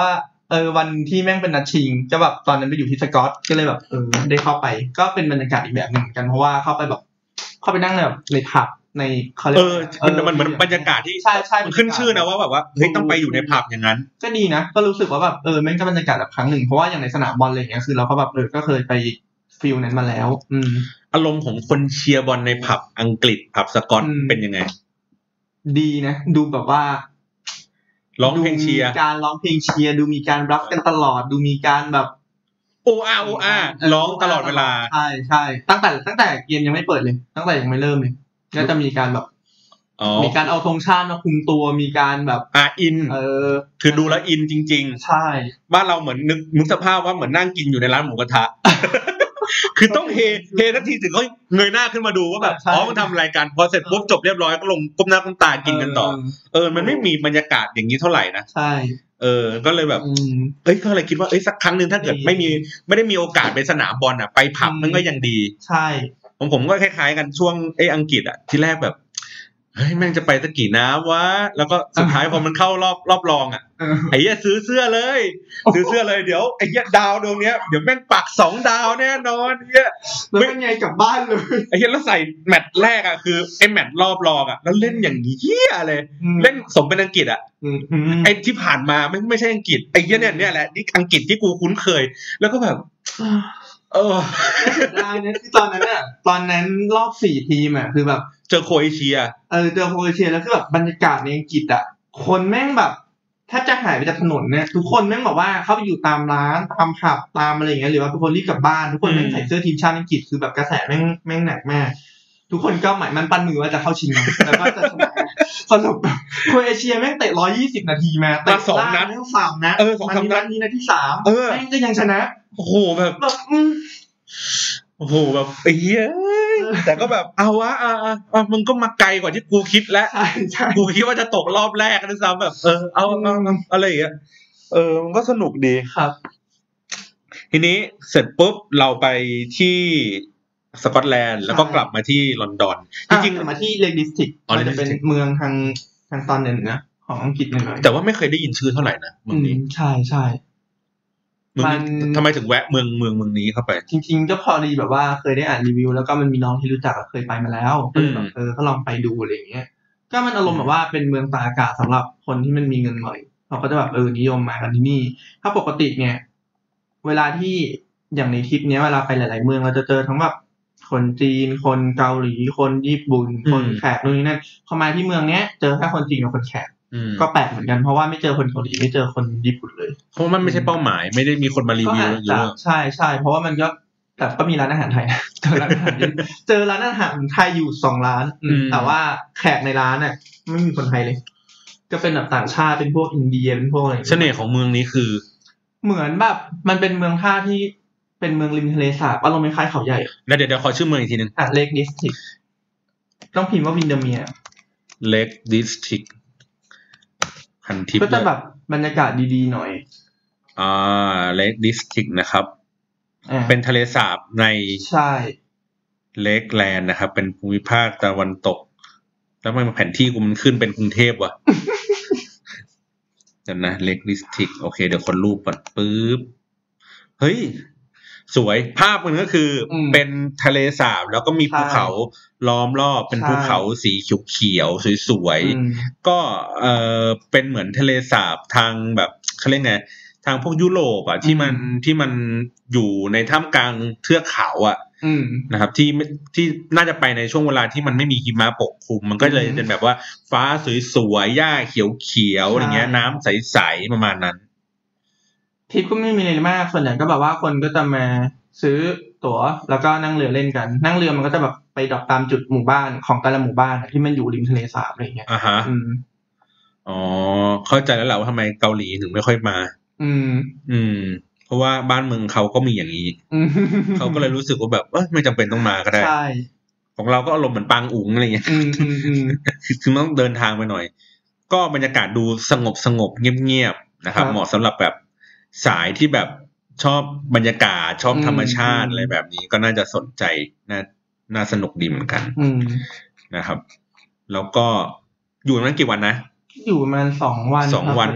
เออวันที่แม่งเป็นนัดชิงก็แบบตอนนั้นไปอยู่ที่สกอตก็เลยแบบเออได้เข้าไปก็เป็นบรรยากาศอีกแบบหนึ่งเหมือนกันเพราะว่าเข้าไปแบบเข้าไปนั่งแบบในผับในเขาเรียกเออมันมันเหมือนบรรยากาศที่ใช่ใช่มันขึ้นชื่อนะว่าแบบว่าเฮ้ยต้องไปอยู่ในผับอย่างนั้นก็ดีนะก็รู้สึกว่าแบบเออแม่งก็บรรยากาศแบบครั้งหนึ่งเพราะว่าอย่างในสนามบอลอะไรอย่างเงี้ยคือเราก็แบบเออก็เคยไปฟีลนั้นมาแล้วอืมอารมณ์ของคนเชียร์บอลในผับอังกฤษผับสกอตเป็นยังไงดีนะดูแบบว่าร้องเพลงเชียร์การร้องเพลงเชียร์ดูมีการรับกันตลอดดูมีการแบบโออาโออาร้องตลอดเวลาใช่ใช่ตั้งแต่ตั้งแต่เกมยังไม่เปิดเลยตั้งแต่ยังไม่เริ่มเลยก็จะมีการแบบมีการเอาธงชาติมาคุมตัวมีการแบบอ่าอินเออคือดูแล้วอินจริงๆใช่บ้านเราเหมือนนึกนึกสภาพว่าเหมือนนั่งกินอยู่ในร้านหมูกระทะ คือต้องเฮเฮทันทีถึงเขาเงยหน้าขึ้นมาดูว่าแบบอ๋อมันทำรายการพอเสร็จปุ๊บจบเรียบร้อยก็ลงก้มหน้าก้มตากินกันต่อเออมันไม่มีบรรยากาศอย่างนี้เท่าไหร่นะใช่เออก็เลยแบบเอ้ยก็เลยคิดว่าเอ้ยสักครั้งนึงถ้าเกิดไม่มีไม่ได้มีโอกาสไปสนามบอลอ่ะไปผับมันก็ยังดีใช่ผมผมก็คล้ายๆกันช่วงไอ้อังกฤษอ่ะที่แรกแบบเฮ้ยแม่งจะไปสักกี่น้ำวะแล้วก็สุดท้ายพอมันเข้ารอบรอบรองอ่ะไอ้เหี้ยซื้อเสื้อเลยซื้อเสื้อเลยเดี๋ยวไอ้เหี้ยดาวดวงเนี้ยเดี๋ยวแม่งปักสองดาวแน่นอนเหี้ยแล้วเป็นไงกลับบ้านเลยไอ้เหี้ยแล้วใส่แมตช์แรกอ่ะคือไอ้แมตช์รอบรองอ่ะแล้วเล่นอย่างเหี้ยเลยเล่นสมเป็นอังกฤษอ่ะไอ้ที่ผ่านมาไม่ไม่ใช่อังกฤษไอ้เหี้ยเนี่ยเนี่ยแหละนี่อังกฤษที่กูคุ้นเคยแล้วก็แบบเออได้นะคือตอนนั้นอ่ะตอนนั้นรอบสี่ทีมอ่ะคือแบบเจอโครเอเชียเออเจอโครเอเชียแล้วคือแบบบรรยากาศในอังกฤษอ่ะคนแม่งแบบแทบจะหายไปจากถนนเนี่ยทุกคนแม่งบอกว่าเข้าไปอยู่ตามร้านตามผับตามอะไรอย่างเงี้ยหรือว่าทุกคนรีบกลับบ้านทุกคนแม่งใส่เสื้อทีมชาติอังกฤษคือแบบกระแสแม่งแม่งหนักมากทุกคนก็หมายมันปั้นมือว่าจะเข้าชิงแล้วก็จะชนะสรุปโครเอเชียแม่งเตะหนึ่งร้อยยี่สิบนาทีมาแต่สองนัดแม่งสามนัดเออสองสามนัดนี้นัดที่สามแม่งก็ยังชนะโอ้โหแบบโอ้โหแบบเอ้ยแต่ก็แบบเอาวะอ่ะอ่ะมึงก็มาไกลกว่าที่กูคิดแล้วกูคิดว่าจะตกรอบแรกด้วยซ้ำแบบเออเอาเอาอะไรอย่างเงี้ยเออมันก็สนุกดีครับทีนี้เสร็จปุ๊บเราไปที่สกอตแลนด์แล้วก็กลับมาที่ลอนดอนจริงๆมาที่เลกดิสทริกมันจะเป็นเมืองทางทางตอนเหนือของอังกฤษหน่อยแต่ว่าไม่เคยได้ยินชื่อเท่าไหร่นะเมืองนี้ใช่ใช่มันทำไมถึงแวะเมืองเมืองเมืองนี้เข้าไปจริงๆก็พอดีแบบว่าเคยได้อ่านรีวิวแล้วก็มันมีน้องที่รู้จักเคยไปมาแล้วก็เลยแบบเออก็ลองไปดูอะไรอย่างเงี้ยก็มันอารมณ์แบบว่าเป็นเมืองตากอากาศสำหรับคนที่มันมีเงินหน่อยเขาก็จะแบบเออนิยมมากันที่นี่ถ้าปกติเนี่ยเวลาที่อย่างในทริปเนี้ยเวลาไปหลายๆเมืองเราจะเจอทั้งแบบคนจีนคนเกาหลีคนญี่ปุ่นคนแขกนู่นนี่นั่นพอมาที่เมืองเนี้ยเจอแค่คนจีนกับคนแขกก็แปลกเหมือนกันเพราะว่าไม่เจอคนเกาหลีไม่เจอคนญี่ปุ่นเลยเพราะมันไม่ใช่เป้าหมายไม่ได้มีคนมารีวิวเยอะใช่ใช่เพราะว่ามันก็แต่ก็มีร้านอาหารไทยเจอร้านอาหารเจอร้านอาหารไทยอยู่สองร้านแต่ว่าแขกในร้านน่ะไม่มีคนไทยเลยก็เป็นแบบต่างชาติเป็นพวกอินเดียเป็นพวกอะไรเสน่ห์ของเมืองนี้คือเหมือนแบบมันเป็นเมืองท่าที่เป็นเมืองริมทะเลสาบอารมณ์คล้ายๆเขาใหญ่แล้วเดี๋ยวเดี๋ยวขอชื่อเมืองอีกทีนึงอ่ะเลคดิสทริกต้องพิมพ์ว่าวินเดอร์เมียร์เลคดิสทริกพันทิปก็จะแบบบรรยากาศดีๆหน่อยอ่าเลคดิสทริกนะครับเป็นทะเลสาบในใช่เลคแลนด์นะครับเป็นภูมิภาคตะวันตกแล้วมันแผนที่กูมันขึ้นเป็นกรุงเทพว่ะเดี๋ยวนะเลคดิสทริกโอเคเดี๋ยวคนรูปก่อนปึ๊บเฮ้ยสวยภาพมันก็คือเป็นทะเลสาบแล้วก็มีภูเขาล้อมรอบเป็นภูเขาสีเขียวๆสวยๆก็เออเป็นเหมือนทะเลสาบทางแบบเขาเรียกไงทางพวกยุโรปอ่ะที่มันที่มันอยู่ในท่ามกลางเทือกเขาอ่ะนะครับที่ที่น่าจะไปในช่วงเวลาที่มันไม่มีหิมะปกคลุมมันก็เลยเป็นแบบว่าฟ้าสวยๆหญ้าเขียวๆอะไรเงี้ยน้ำใสๆประมาณนั้นทริปก็ไม่มีอะไรมากส่วนใหญ่ก็แบบว่าคนก็จะมาซื้อตั๋วแล้วก็นั่งเรือเล่นกันนั่งเรือมันก็จะแบบไปดรอปตามจุดหมู่บ้านของแต่ละหมู่บ้านที่มันอยู่ริมทะเลสาบอะไรอย่างเงี้ยอ่าฮะอ๋อเข้าใจแล้วแหละว่าทำไมเกาหลีถึงไม่ค่อยมาอืมอืมเพราะว่าบ้านเมืองเขาก็มีอย่างนี้เขาก็เลยรู้สึกว่าแบบเออไม่จำเป็นต้องมาก็ได้ใช่ของเราก็อารมณ์เหมือนปางอุ๋งอะไรอย่างเงี้ยคือต้องเดินทางไปหน่อยก็บรรยากาศดูสงบสงบเงียบๆนะครับเหมาะสำหรับแบบสายที่แบบชอบบรรยากาศชอบธรรมชาติอะไรแบบนี้ก็น่าจะสนใจน่าน่าสนุกดีเหมือนกันนะครับแล้วก็อยู่นั้นกี่วันนะอยู่ประมาณสองวันสองวันก็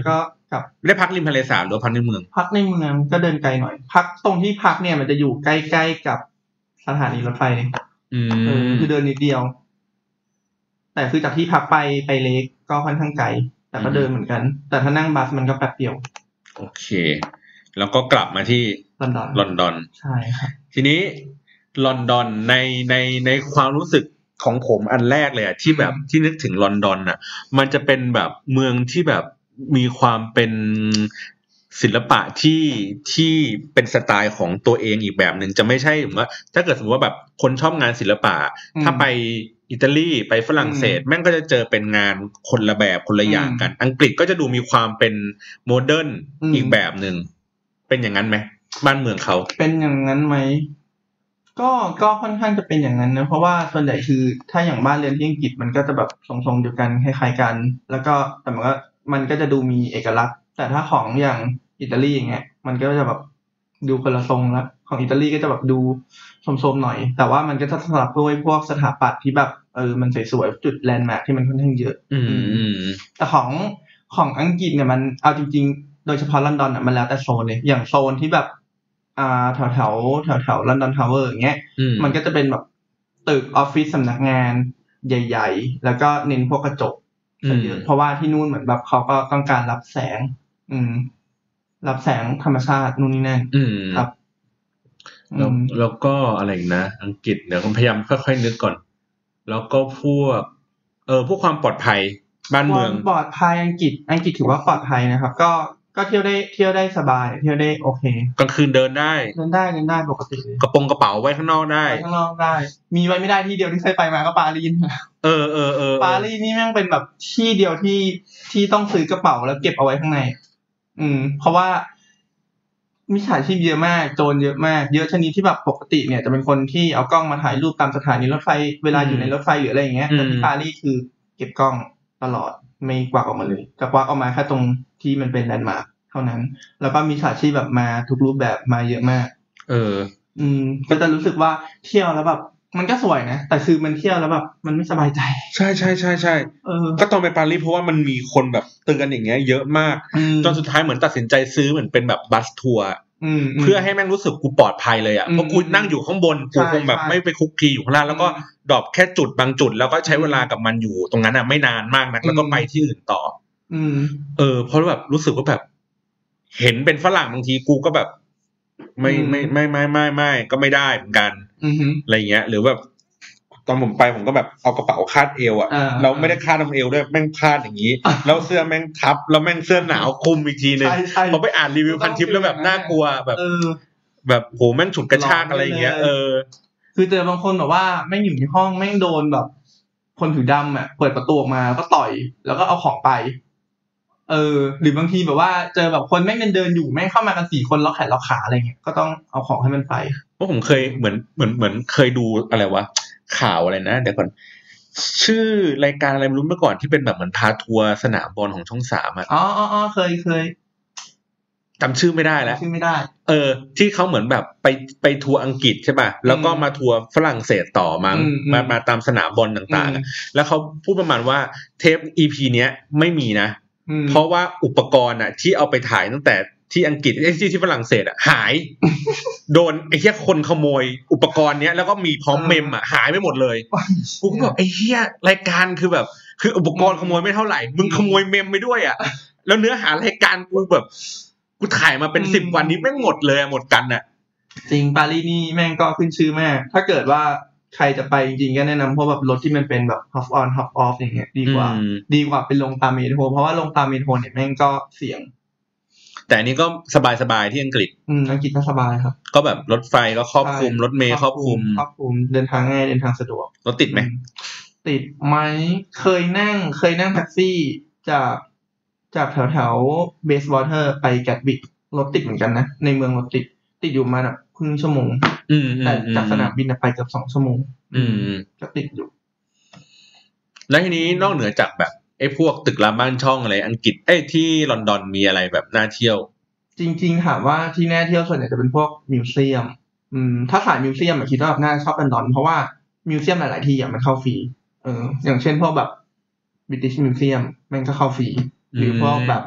กับได้พักริมทะเลสาบหรือพักในเมืองพักในเมืองก็เดินไกลหน่อยพักตรงที่พักเนี่ยมันจะอยู่ใกล้ๆกับสถานีรถไฟเลยอืมคือเดินนิดเดียวแต่คือจากที่พักไปไปเลคก็ค่อนข้างไกลแต่ก็เดินเหมือนกันแต่ถ้านั่งบัสมันก็แป๊บเดียวโอเคแล้วก็กลับมาที่ลอนดอนลอนดอนใช่ครับทีนี้ลอนดอนในในในความรู้สึกของผมอันแรกเลยอ่ะที่แบบที่นึกถึงลอนดอนอ่ะมันจะเป็นแบบเมืองที่แบบมีความเป็นศิลปะที่ที่เป็นสไตล์ของตัวเองอีกแบบหนึ่งจะไม่ใช่เหมือนว่าถ้าเกิดสมมติว่าแบบคนชอบงานศิลปะถ้าไปอิตาลีไปฝรั่งเศสแม่งก็จะเจอเป็นงานคนละแบบคนละอย่างกันอังกฤษก็จะดูมีความเป็นโมเดิร์นอีกแบบหนึ่งเป็นอย่างนั้นไหมบ้านเมืองเขาเป็นอย่างนั้นไหมก็ก็ค่อนข้างจะเป็นอย่างนั้นนะเพราะว่าส่วนใหญ่คือถ้าอย่างบ้านเรือนที่อังกฤษมันก็จะแบบทรงๆเดียวกันคล้ายๆกันแล้วก็แต่มันก็มันก็จะดูมีเอกลักษณ์แต่ถ้าของอย่างอิตาลีอย่างเงี้ยมันก็จะแบบดูคนละทรงละของอิตาลีก็จะแบบดูโทรมๆหน่อยแต่ว่ามันก็จะสลับด้วยพวกสถาปัตย์ที่แบบเออมันสวยๆจุดแลนด์มาร์คที่มันค่อนข้างเยอะอืมแต่ของของอังกฤษเนี่ยมันเอาจริงๆโดยเฉพาะลอนดอนอ่ะมันแล้วแต่โซนเลยอย่างโซนที่แบบอ่าแถวแถวแถวแถวลอนดอนทาวเวอร์อย่างเงี้ยมันก็จะเป็นแบบตึกออฟฟิศสำนักงานใหญ่ๆแล้วก็เน้นพวกกระจกเยอะเพราะว่าที่นู่นเหมือนแบบเขาก็ต้องการรับแสงอืมรับแสงธรรมชาตินู่นนี่นั่นครับแล้วแล้วก็อะไรนะอังกฤษเดี๋ยวผมพยายามค่อยๆนึกก่อนแล้วก็พวกเออพวกความปลอดภัยบ้านเมืองปลอดภัยอังกฤษอังกฤษถือว่าปลอดภัยนะครับก็ก็เที่ยวได้เที่ยวได้สบายเที่ยวได้โอเคกลางคืนเดินได้เดินได้เดินได้ปกติกระโปรงกระเป๋าไว้ข้างนอกได้ข้างนอกได้มีไว้ไม่ได้ที่เดียวที่เคยไปมาก็ปารีสเออเออเออปารีสนี่แม่งเป็นแบบที่เดียวที่ที่ต้องซื้อกระเป๋าแล้วเก็บเอาไว้ข้างในอืมเพราะว่ามิจฉาชีพเยอะมากโจรเยอะมากเยอะชนิดที่แบบปกติเนี่ยจะเป็นคนที่เอากล้องมาถ่ายรูปตามสถานีรถไฟเวลาอยู่ในรถไฟหรืออะไรอย่างเงี้ยแต่ที่ปารีสคือเก็บกล้องตลอดไม่กวาดออกมาเลยกับกวาดออกมาแค่ตรงที่มันเป็นแลนด์มาร์คเท่านั้นแล้วก็มีมิจฉาชีพแบบมาทุกรูปแบบมาเยอะมากเอออืมก็จะรู้สึกว่าเที่ยวแล้วแบบมันก็สวยนะแต่คือมันเที่ยวแล้วแบบมันไม่สบายใจใช่ใช่ใช่ใช่เออก็ตอนไปปารีสเพราะว่ามันมีคนแบบเตือนอย่างเงี้ยเยอะมากจนสุดท้ายเหมือนตัดสินใจซื้อเหมือนเป็นแบบบัสทัวร์เพื่อให้แม่งรู้สึกกูปลอดภัยเลยอ่ะเพราะกูนั่งอยู่ข้างบนกูคงแบบไม่ไปคุกคีอยู่ข้างล่างแล้วก็ดรอปแค่จุดบางจุดแล้วก็ใช้เวลากับมันอยู่ตรงนั้นอ่ะไม่นานมากนักแล้วก็ไปที่อื่นต่ออืมเออเพราะแบบรู้สึกว่าแบบเห็นเป็นฝรั่งบางทีกูก็แบบไม่ไม่ไม่ไม่ไม่ไม่ก็ไม่ได้เหมือนกันอะไรเงี้ยหรือแบบตอนผมไปผมก็แบบเอากระเป๋าคาดเอวอ่ะเราไม่ได้คาดตรงเอวด้วยแม่งคาดอย่างนี้แล้วเสื้อแม่งทับแล้วแม่งเสื้อหนาวคลุมอีกทีนึงพอไปอ่านรีวิวพันทิปแล้วแบบน่ากลัวแบบแบบโหแม่งฉุดกระชากอะไรอย่างเงี้ยเออคือเจอบางคนแบบว่าแม่งอยู่ในห้องแม่งโดนแบบคนผิวดำอ่ะเปิดประตูออกมาก็ต่อยแล้วก็เอาของไปเออหรือบางทีแบบว่าเจอแบบคนแม่งเดินอยู่แม่งเข้ามากันสี่คนล็อกแขนล็อกขาอะไรเงี้ยก็ต้องเอาของให้มันไปเพราะผมเคยเหมือนเหมือนเหมือนเคยดูอะไรวะข่าวอะไรนะเดี๋ยวก่อนชื่อรายการอะไรไม่รู้เมื่อก่อนที่เป็นแบบเหมือนพาทัวร์สนามบอลของช่องสามอ่ะอ๋ออ๋อเคยเคยจำชื่อไม่ได้แล้วชื่อไม่ได้เออที่เขาเหมือนแบบไปไปทัวร์อังกฤษใช่ป่ะแล้วก็มาทัวร์ฝรั่งเศสต่อมั้งมามาตามสนามบอลต่างๆแล้วเขาพูดประมาณว่าเทป อี พี เนี้ยไม่มีนะเพราะว่าอุปกรณ์อ่ะที่เอาไปถ่ายตั้งแต่ที่อังกฤษไอ้ที่ที่ฝรั่งเศสอ่ะหายโดนไอ้เหี้ยคนขโมยอุปกรณ์เนี้ยแล้วก็มีพร้อมเมมอ่ะหายไปหมดเลยกูก็แบบไอ้เหี้ยรายการคือแบบคืออุปกรณ์ขโมยไม่เท่าไหร่มึงขโมยเมมไปด้วยอ่ะแล้วเนื้อหารายการกูแบบกูถ่ายมาเป็นสิบวันนี้แม่งหมดเลยหมดกันอ่ะจริงปารีสนี่แม่งก็ขึ้นชื่อมากถ้าเกิดว่าใครจะไปจริงๆก็แนะนำเพราะแบบรถที่มันเป็นแบบ hop on hop off อย่างเงี้ยดีกว่าดีกว่าเป็นลงตามเมโทรเพราะว่าลงตามเมโทรเนี่ยแม่งก็เสี่ยงแต่อันนี้ก็สบายๆที่อังกฤษอืมอังกฤษก็สบายครับก็แบบรถไฟก็ครอบคลุมรถเมล์ครอบคลุมครอบคลุมเดินทางง่ายเดินทางสะดวกรถติดไหมติดไหมเคยนั่งเคยนั่งแท็กซี่จากจากแถวแถวเบสวอเตอร์ไปแกตวิกรถติดเหมือนกันนะในเมืองรถติดติดอยู่มาแบบครึ่งชั่วโมงแต่จากสนามบินไปเกือบสองชั่วโมงก็ติดอยู่แล้วทีนี้นอกเหนือจากแบบไอ้พวกตึกรามบ้านช่องอะไรอังกฤษเอ้ยที่ลอนดอนมีอะไรแบบน่าเที่ยวจริงๆถามว่าที่น่าเที่ยวส่วนใหญ่จะเป็นพวกมิวเซียมอืมถ้าสายมิวเซียมคิดว่าน่าชอบลอนดอนเพราะว่ามิวเซียมหลายๆที่อ่ะมันเข้าฟรีเอออย่างเช่นพวกแบบ British Museum มันก็เข้าฟรีหรือพวกแบบ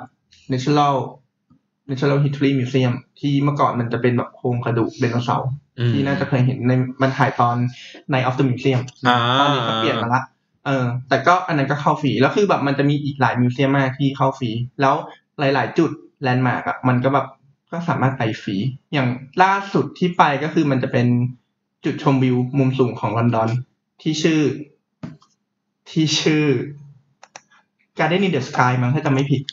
Natural Natural History Museum ที่เมื่อก่อนมันจะเป็นแบบโครงกระดูกไดโนเสาร์ที่น่าจะเคยเห็นในมันถ่ายตอน Night of the Museum ตอนนี้เขาเปลี่ยนมาละเออแต่ก็อันนั้นก็เข้าฟรีแล้วคือแบบมันจะมีอีกหลายมิวเซียมมากที่เข้าฟรีแล้วหลายๆจุดแลนด์มาร์กอ่ะมันก็แบบก็สามารถไปฟรีอย่างล่าสุดที่ไปก็คือมันจะเป็นจุดชมวิวมุมสูงของลอนดอนที่ชื่อที่ชื่อ Garden in the Sky มั้งถ้าจำไม่ผิด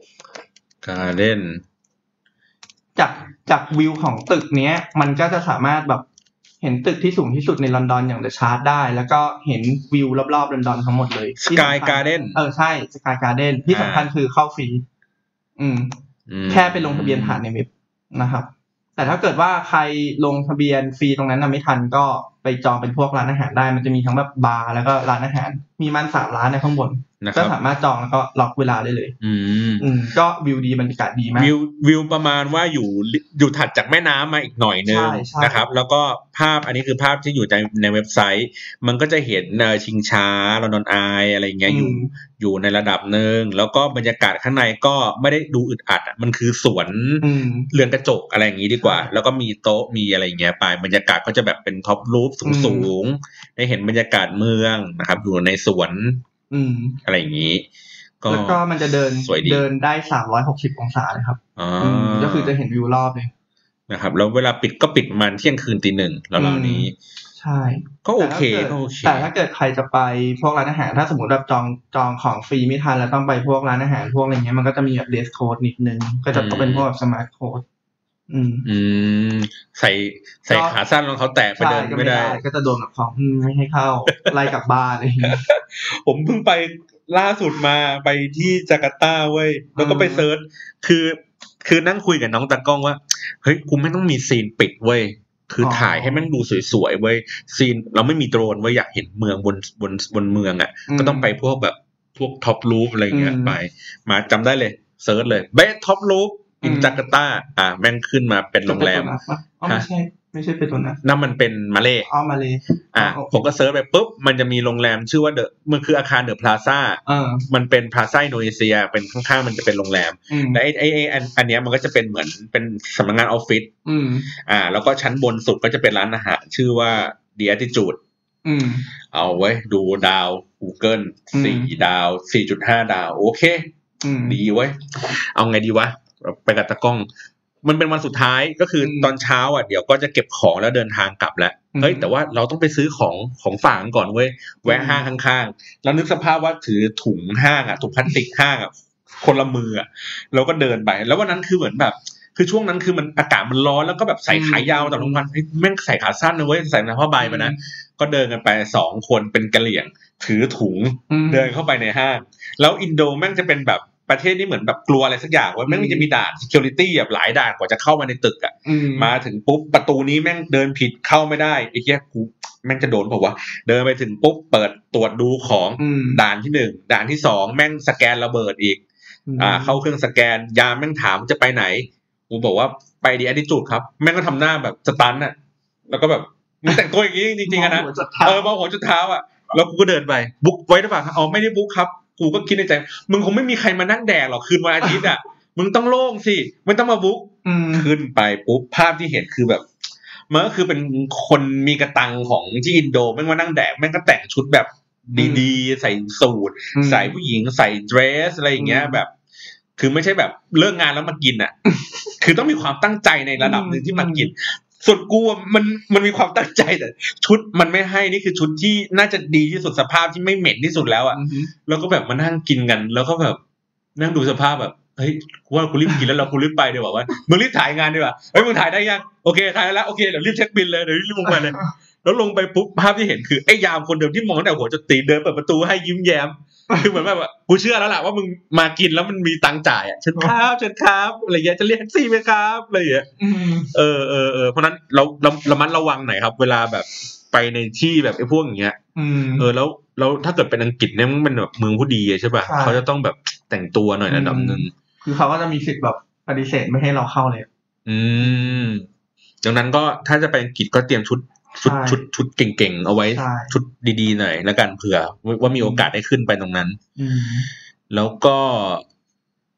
Garden จากจากวิวของตึกเนี้ยมันก็จะสามารถแบบเห็นตึกที่สูงที่สุดในลอนดอนอย่างเดอะชาร์ตได้แล้วก็เห็นวิวรอบๆลอนดอนทั้งหมดเลย Sky Garden เออใช่ Sky Garden ที่สำคัญคือเข้าฟรีอืมแค่ไปลงทะเบียนผ่านในเว็บนะครับแต่ถ้าเกิดว่าใครลงทะเบียนฟรีตรงนั้นน่ะไม่ทันก็ไปจองเป็นพวกร้านอาหารได้มันจะมีทั้งแบบบาร์แล้วก็ร้านอาหารมีมันสามร้านในข้างบนก็สามารถจองแล้วก็ล็อกเวลาได้เลยอืมอืมก็วิวดีบรรยากาศดีมากวิววิวประมาณว่าอยู่อยู่ถัดจากแม่น้ำมาอีกหน่อยนึงนะครับแล้วก็ภาพอันนี้คือภาพที่อยู่ในในเว็บไซต์มันก็จะเห็นชิงช้าลอนดอนอายอะไรเงี้ยอยู่อยู่ในระดับนึงแล้วก็บรรยากาศข้างในก็ไม่ได้ดูอึดอัดอ่ะมันคือสวนเรือนกระจกอะไรอย่างงี้ดีกว่าแล้วก็มีโต๊ะมีอะไรเงี้ยไปบรรยากาศก็จะแบบเป็นท็อปรูฟสูงๆได้เห็นบรรยากาศเมืองนะครับอยู่ในสวนอืมอะไรอย่างนี้ก็แล้วก็มันจะเดินเดินได้สามร้อยหกสิบองศาเลยครับอ๋อก็คือจะเห็นวิวรอบเลยนะครับแล้วเวลาปิดก็ปิดมันเที่ยงคืนตีหนึ่งแล้วเหล่านี้ใช่ก็โอเคก็โอเคแต่ถ้าเกิดใครจะไปพวกร้านอาหารถ้าสมมติแบบจองจองของฟรีไม่ทันแล้วต้องไปพวกร้านอาหารพวกอะไรเงี้ยมันก็จะมีแบบเดสโค้ดนิดนึงก็จะเป็นพวกแบบสมาร์ทโค้ดอืมอืมใส่ใส่ขาสั้นรองเท้าแตะไปเดินไม่ได้ก็จะโดนแบบของไม่ให้เข้าไล่กลับบ้านอะไรอย่างเงี้ยผมเพิ่งไปล่าสุดมาไปที่จาการ์ตาเว้ยแล้วก็ไปเซิร์ชคือคือนั่งคุยกับน้องตากล้องว่าเฮ้ยกูไม่ต้องมีซีนปิดเว้ยคือถ่ายให้แม่งดูสวยๆเว้ยซีนเราไม่มีโดรนเว้ยอยากเห็นเมืองบนบนบนเมืองอ่ะก็ต้องไปพวกแบบพวกท็อปรูฟอะไรเงี้ยไปมาจำได้เลยเซิร์ชเลยเบสท็อปรูฟอินจาการ์ตาอ่าแม่งขึ้นมาเป็นโรงแรมไม่ใช่ไม่ใช่เป็นตัวนั้นนั่นมันเป็นมาเลอ๋อมาเลอ่าผมก็เซิร์ชไปปุ๊บมันจะมีโรงแรมชื่อว่าเดอะมันคืออาคารเดอะพลาซ่ามันเป็นพลาซ่าอินโดนีเซียเป็นข้างๆมันจะเป็นโรงแรมและไอ้ไอ้ไอ้อันเนี้ยมันก็จะเป็นเหมือนเป็นสำนักงานออฟฟิศอ่าแล้วก็ชั้นบนสุดก็จะเป็นร้านอาหารชื่อว่า The Attitude อืมเอาไว้ดูดาว Google สี่ดาว สี่จุดห้า ดาวโอเคดีเว้ยเอาไงดีวะไปกับตากล้องมันเป็นวันสุดท้ายก็คือตอนเช้าอ่ะเดี๋ยวก็จะเก็บของแล้วเดินทางกลับแล้วเฮ้ยแต่ว่าเราต้องไปซื้อของของฝากก่อนเว้ยแวะห้างข้างๆแล้วนึกสภาพว่าถือถุงห้างอ่ะถุงพลาสติกห้างอ่ะคนละมืออ่ะเราก็เดินไปแล้ววันนั้นคือเหมือนแบบคือช่วงนั้นคือมันอากาศมันร้อนแล้วก็แบบใส่ขายาวตลอดทั้งวันเฮ้ยแม่งใส่ขาสั้นนะเว้ยใส่ผ้าใบมานะก็เดินกันไปสองคนเป็นกะเหรี่ยงถือถุงเดินเข้าไปในห้างแล้วอินโดแม่งจะเป็นแบบประเทศนี้เหมือนแบบกลัวอะไรสักอย่างว่าแม่งมันจะมีด่าน security แบบหลายด่านกว่าจะเข้ามาในตึกอ่ะมาถึงปุ๊บประตูนี้แม่งเดินผิดเข้าไม่ได้ไอ้เหี้ยกูแม่งจะโดนเปล่าวะเดินไปถึงปุ๊บเปิดตรวจดูของด่านที่หนึ่งด่านที่สองแม่งสแกนระเบิดอีกอ่าเข้าเครื่องสแกนยามแม่งถามจะไปไหนกูบอกว่าไปดีแอตติจูดครับแม่งก็ทำหน้าแบบสตันน่ะแล้วก็แบบมึงแต่งตัวอย่างงี้จริงๆนะเออมองหัวจุดเท้าอ่ะแล้วกูก็เดินไปบุ๊กไว้หรือเปล่าอ๋อไม่ได้บุ๊กครับกูก็คิดในใจมึงคงไม่มีใครมานั่งแดกหรอกคืนวันอาทิตย์อ่ะมึงต้องโล่งสิไม่ต้องมาบุ๊กขึ้นไปปุ๊บภาพที่เห็นคือแบบมันก็คือเป็นคนมีกระตังของที่อินโดแม่งมานั่งแดกแม่งก็แต่งชุดแบบดีๆใส่สูทใส่ผู้หญิงใส่เดรสอะไรอย่างเงี้ยแบบคือไม่ใช่แบบเลิกงานแล้วมากินอ่ะคือต้องมีความตั้งใจในระดับนึงที่มากินส่วนกูมันมันมีความตั้งใจแต่ชุดมันไม่ให้นี่คือชุดที่น่าจะดีที่สุดสภาพที่ไม่เหม็นที่สุดแล้วอ่ะแล้วก็แบบมานั่งกินกันแล้วก็แบบนั่งดูสภาพแบบเฮ้ยกูว่ากูรีบกินแล้วเรากูรีบไปดีกว่าว่ามึงรีบถ่ายงานดีกว่าเฮ้ยมึงถ่ายได้ยังโอเคถ่ายแล้วโอเคเดี๋ยวรีบเช็คบิลเลยเดี๋ยวรีบลงไปเลยแล้วลงไปปุ๊บภาพที่เห็นคือไอ้ยามคนเดิมที่มองตั้งแต่หัวจนตีนเดินเปิดประตูให้ยิ้มแย้มคือเหมือนแบบกูเชื่อแล้วล่ะว่ามึงมากินแล้วมันมีตังค์จ่ายอ่ะเชิญครับเชิญครับอะไรเงี้ยจะเรียกแท็กซี่ไหมครับอะไรอย่างเงี้ยเออเออเออเพราะนั้นเราเราระมัดระวังหน่อยครับเวลาแบบไปในที่แบบไอ้พวกอย่างเงี้ยเออแล้วแล้วถ้าเกิดเป็นอังกฤษเนี่ยมันเป็นแบบเมืองผู้ดีใช่ป่ะเขาจะต้องแบบแต่งตัวหน่อยระดับนึงคือเขาก็จะมีสิทธิ์แบบปฏิเสธไม่ให้เราเข้าเลยอืมดังนั้นก็ถ้าจะไปอังกฤษก็เตรียมชุดชุดชุดชุดเก่งๆเอาไว้ชุดดีๆหน่อยแล้วกันเผื่อว่ามีโอกาสได้ขึ้นไปตรงนั้นแล้วก็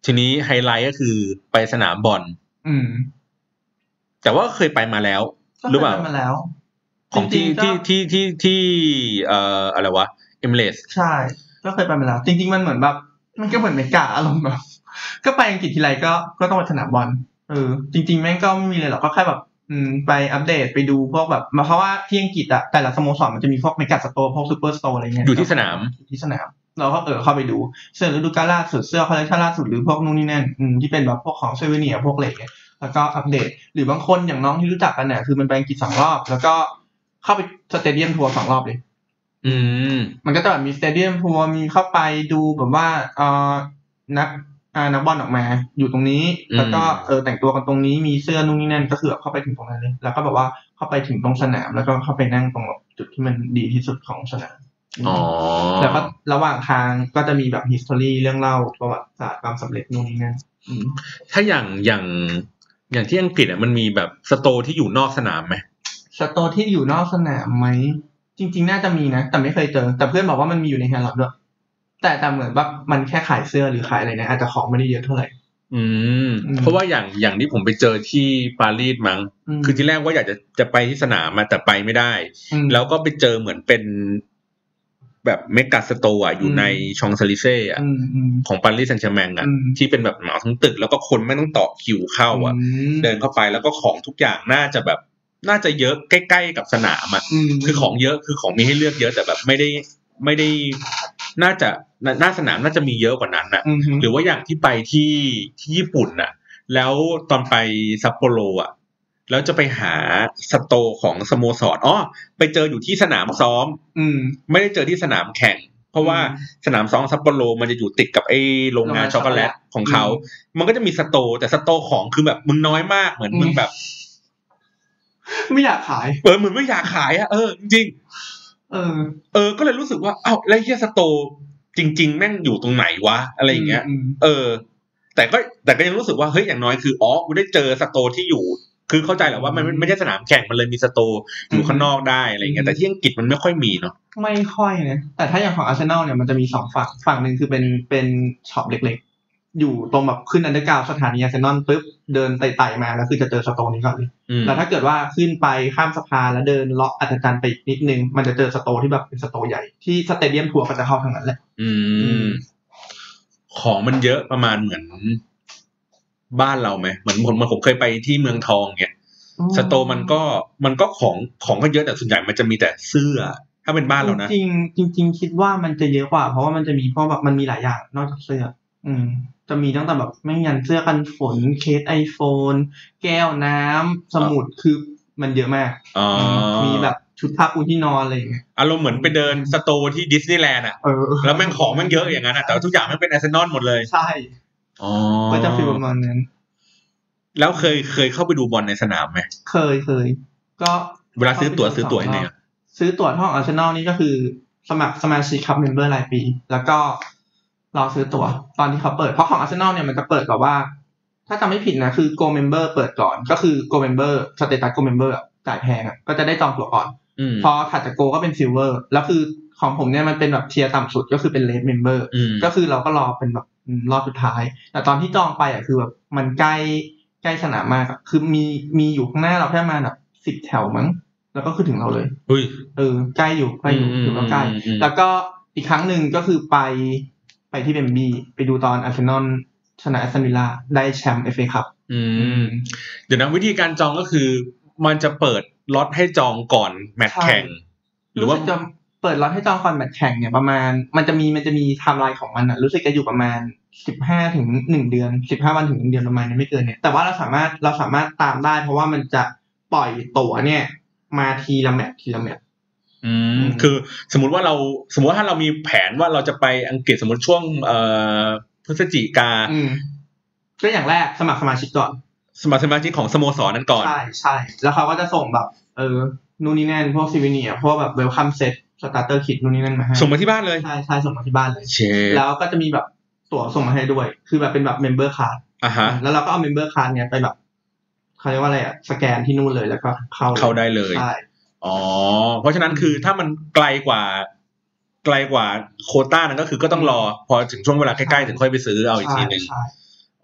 ทีนี้ไฮไลท์ก็คือไปสนามบอลอืมแต่ว่าเคยไปมาแล้วหรือเปล่าไปมาแล้วของที่ที่ที่ที่ที่เอ่ออะไรวะเอมิเรตส์ใช่ก็เคยไปมาแล้วจริงๆมันเหมือนแบบมันก็เหมือนเมกาอารมณ์แบบก็ไปอังกฤษทีไรก็ก็ต้องไปสนามบอลเออจริงๆแม่งก็ไม่มีเลยหรอกก็แค่แบบอืมไปอัปเดตไปดูพวกแบบเพราะว่าที่อังกฤษอ่ะแต่ละสโมสรมันจะมีพวกเมกาสโตร์พวกซูเปอร์สโตร์อะไรเงี้ยอยู่ที่สนามอยู่ที่สนามเราก็เออเข้าไปดูเสื้อฤดูกาลล่าสุดเสื้อคอลเลคชั่นล่าสุดหรือพวกนู่นนี่นั่นอืมที่เป็นแบบพวกของเซเวเนียพวกอะไรเงี้ยแล้วก็อัปเดตหรือบางคนอย่างน้องที่รู้จักกันเนี่ยคือมันไปอังกฤษสองรอบแล้วก็เข้าไปสเตเดียมทัวร์สองรอบเลยอืมมันก็จะแบบมีสเตเดียมทัวร์มีเข้าไปดูแบบว่าเอ่อนักอ่านักบอลออกมาอยู่ตรงนี้แล้วก็เออแต่งตัวกันตรงนี้มีเสื้อนู่นนี่นั่นก็คือแบบเข้าไปถึงตรงนั้นเลยแล้วก็แบบว่าเข้าไปถึงตรงสนามแล้วก็เข้าไปนั่งตรงจุดที่มันดีที่สุดของสนามอ๋อแล้วก็ระหว่างทางก็จะมีแบบ history เรื่องเล่าประวัติศาสตร์ความสำเร็จนู่นนี่นั่นถ้าอย่างอย่างอย่างที่อังกฤษอ่ะมันมีแบบสโตร์ที่อยู่นอกสนามไหมสโตร์ที่อยู่นอกสนามไหมจริงๆน่าจะมีนะแต่ไม่เคยเจอแต่เพื่อนบอกว่ามันมีอยู่ในแฮร์ร็อดด้วยแต่แต่เหมือนว่ามันแค่ขายเสื้อหรือขายอะไรนะอาจจะของไม่ได้เยอะเท่าไหร่อืมเพราะว่าอย่างอย่างที่ผมไปเจอที่ปารีสมั้งคือที่แรกว่าอยากจะจะไปที่สนามมาแต่ไปไม่ได้แล้วก็ไปเจอเหมือนเป็นแบบเมกะสโตร์อ่ะอยู่ในชองซาลิเซ่อ่ะของปารีสแซงต์แชร์แมงอ่ะที่เป็นแบบเหมาทั้งตึกแล้วก็คนไม่ต้องต่อคิวเข้าอ่ะเดินเข้าไปแล้วก็ของทุกอย่างน่าจะแบบน่าจะเยอะใกล้ๆกับสนามอ่ะคือของเยอะคือของมีให้เลือกเยอะแต่แบบไม่ได้ไม่ได้น่าจะหน้าสนามน่าจะมีเยอะกว่านั้นน่ะหรือว่าอย่างที่ไปที่ที่ญี่ปุ่นน่ะแล้วตอนไปซัปโปโรอ่ะแล้วจะไปหาสโตร์ของสโมสรอ๋อไปเจออยู่ที่สนามซ้อมไม่ได้เจอที่สนามแข่งเพราะว่าสนามซ้อมซัปโปโรมันจะอยู่ติดกับไอ้โรงงานช็อกโกแลตของเขามันก็จะมีสโตร์แต่สโตร์ของคือแบบมึงน้อยมากเหมือนมึงแบบไม่อยากขายเออเหมือนไม่อยากขายอ่ะเออจริงเออเออก็เลยรู้สึกว่าอ้าวแล้วเฮียสโตร์จริงๆแม่งอยู่ตรงไหนวะอะไรอย่างเงี้ยเออแต่ก็แต่ก็ยังรู้สึกว่าเฮ้ยอย่างน้อยคืออ๋อกูได้เจอสโตร์ที่อยู่คือเข้าใจแหละว่ามันไม่ใช่สนามแข่งมันเลยมีสโตร์อยู่ข้างนอกได้อะไรเงี้ยแต่ที่อังกฤษมันไม่ค่อยมีเนาะไม่ค่อยนะแต่ถ้าอย่างของอาร์เซนอลเนี่ยมันจะมีสองฝั่งฝั่งนึงคือเป็นเป็นช็อปเล็กๆอยู่ตรงแบบขึ้นอันเดอร์กราวด์สถานีอาร์เซนอลปุ๊บเดินไต่ๆมาแล้วคือจะเจอสโตร์นี้ก่อนเลยแล้วถ้าเกิดว่าขึ้นไปข้ามสะพานแล้วเดินเลาะอัศจรรย์ไปอีกนิดนึงมันจะเจอสโตร์ที่แบบเป็นสโตร์ใหญ่ที่สเตเดียมทัวร์ก็จะเข้าทางนั้นแหละอืมของมันเยอะประมาณเหมือนบ้านเราไหมเหมือนผมผมเคยไปที่เมืองทองเนี่ยสโตร์มันก็มันก็ของของก็เยอะแต่ส่วนใหญ่มันจะมีแต่เสื้อถ้าเป็นบ้านเรานะจริงจริงจริงคิดว่ามันจะเยอะกว่าเพราะว่ามันจะมีเพราะแบบมันมีหลายอย่างนอกจากเสื้ออืมจะมีตั้งแต่แบบไม่ยันเสื้อกันฝนเคส iPhone แก้วน้ำสมุดคือมันเยอะมากมีแบบชุดผ้าปูที่นอนอะไรอย่างเงี้ยอารมณ์เหมือนไปเดินสโตร์ที่ดิสนีย์แลนด์อ่ะแล้วแม่งของแม่งเยอะอย่างนั้นอ่ะแต่ทุกอย่างมันเป็นอาร์เซนอลหมดเลยใช่อ๋อก็จะฟีลประมาณนั้นแล้วเคยเคยเข้าไปดูบอลในสนามไหมเคยเคยก็เวลาซื้อตั๋วซื้อตั๋วยังไงอ่ะซื้อตั๋วท่องอาร์เซนอลนี่ก็คือสมัครสมาชิกครับเมมเบอร์รายปีแล้วก็รอซื้อตั๋วตอนที่เขาเปิดเพราะของอาร์เซนอลเนี่ยมันจะเปิดแบบว่าถ้าจำไม่ผิดนะคือ Go Member เปิดก่อนก็คือ Go Member สเตตัส Go Member จ่ายแพงอ่ะก็จะได้จองตั๋วก่อนพอถัดจาก Go ก็เป็น Silver แล้วคือของผมเนี่ยมันเป็นแบบเทียร์ต่ำสุดก็คือเป็น Red Member ก็คือเราก็รอเป็นแบบรอบสุดท้ายแต่ตอนที่จองไปอ่ะคือแบบมันใกล้ใกล้สนามมากอ่ะคือมีมีอยู่ข้างหน้าเราแค่มาแบบสิบแถวมั้งแล้วก็คือถึงเราเลยเออใกล้อยู่ใกล้อยู่อยู่ใกล้แล้วก็อีกครั้งหนึ่งก็คือไปไปที่เบมบี้ไปดูตอนอาร์เซนอลชนะแอสตันวิลล่าได้แชมป์ เอฟ เอ Cup อืมเดี๋ยวนะวิธีการจองก็คือมันจะเปิดล็อตให้จองก่อนแมตช์แข่งหรือว่าจะเปิดล็อตให้จองก่อนแมตช์แข่งเนี่ยประมาณมันจะมีมันจะมีไทม์ไลน์ของมันอ่ะรู้สึกจะอยู่ประมาณสิบห้าถึงหนึ่งเดือนสิบห้าวันถึงหนึ่งเดือนประมาณนี้ไม่เกินเนี่ยแต่ว่าเราสามารถเราสามารถตามได้เพราะว่ามันจะปล่อยตั๋วเนี่ยมาทีละแมตช์ทีละแมตช์อืมคือสมมุติว่าเราสมมุติว่าถ้าเรามีแผนว่าเราจะไปอังกฤษสมมุติช่วงเอ่อพฤศจิกาอืมก็อย่างแรกสมัครสมาชิกก่อนสมัครสมาชิกของสโมสรนั้นก่อนใช่ใช่แล้วเขาก็จะส่งแบบเออนู่นนี่นั่นพวกซีวีเนียพวกแบบเวลคัมเซ็ตสตาร์เตอร์คิทนู่นนี่นั่นมาให้ส่งมาที่บ้านเลยใช่ใช่ส่งมาที่บ้านเลยแล้วก็จะมีแบบตั๋วส่งมาให้ด้วยคือแบบเป็นแบบเมมเบอร์คาร์ดอ่าฮะแล้วเราก็เอาเมมเบอร์คาร์ดเนี่ยไปแบบเขาเรียกว่าอะไรอ่ะสแกนที่นู่นเลยแล้วก็เข้าเข้าได้เลยใช่อ๋อเพราะฉะนั้นคือถ้ามันไกลกว่าไกลกว่าโควต้านั้นก็คือก็ต้องรอพอถึงช่วงเวลาใกล้ๆถึงค่อยไปซื้อเอาอีกทีนึง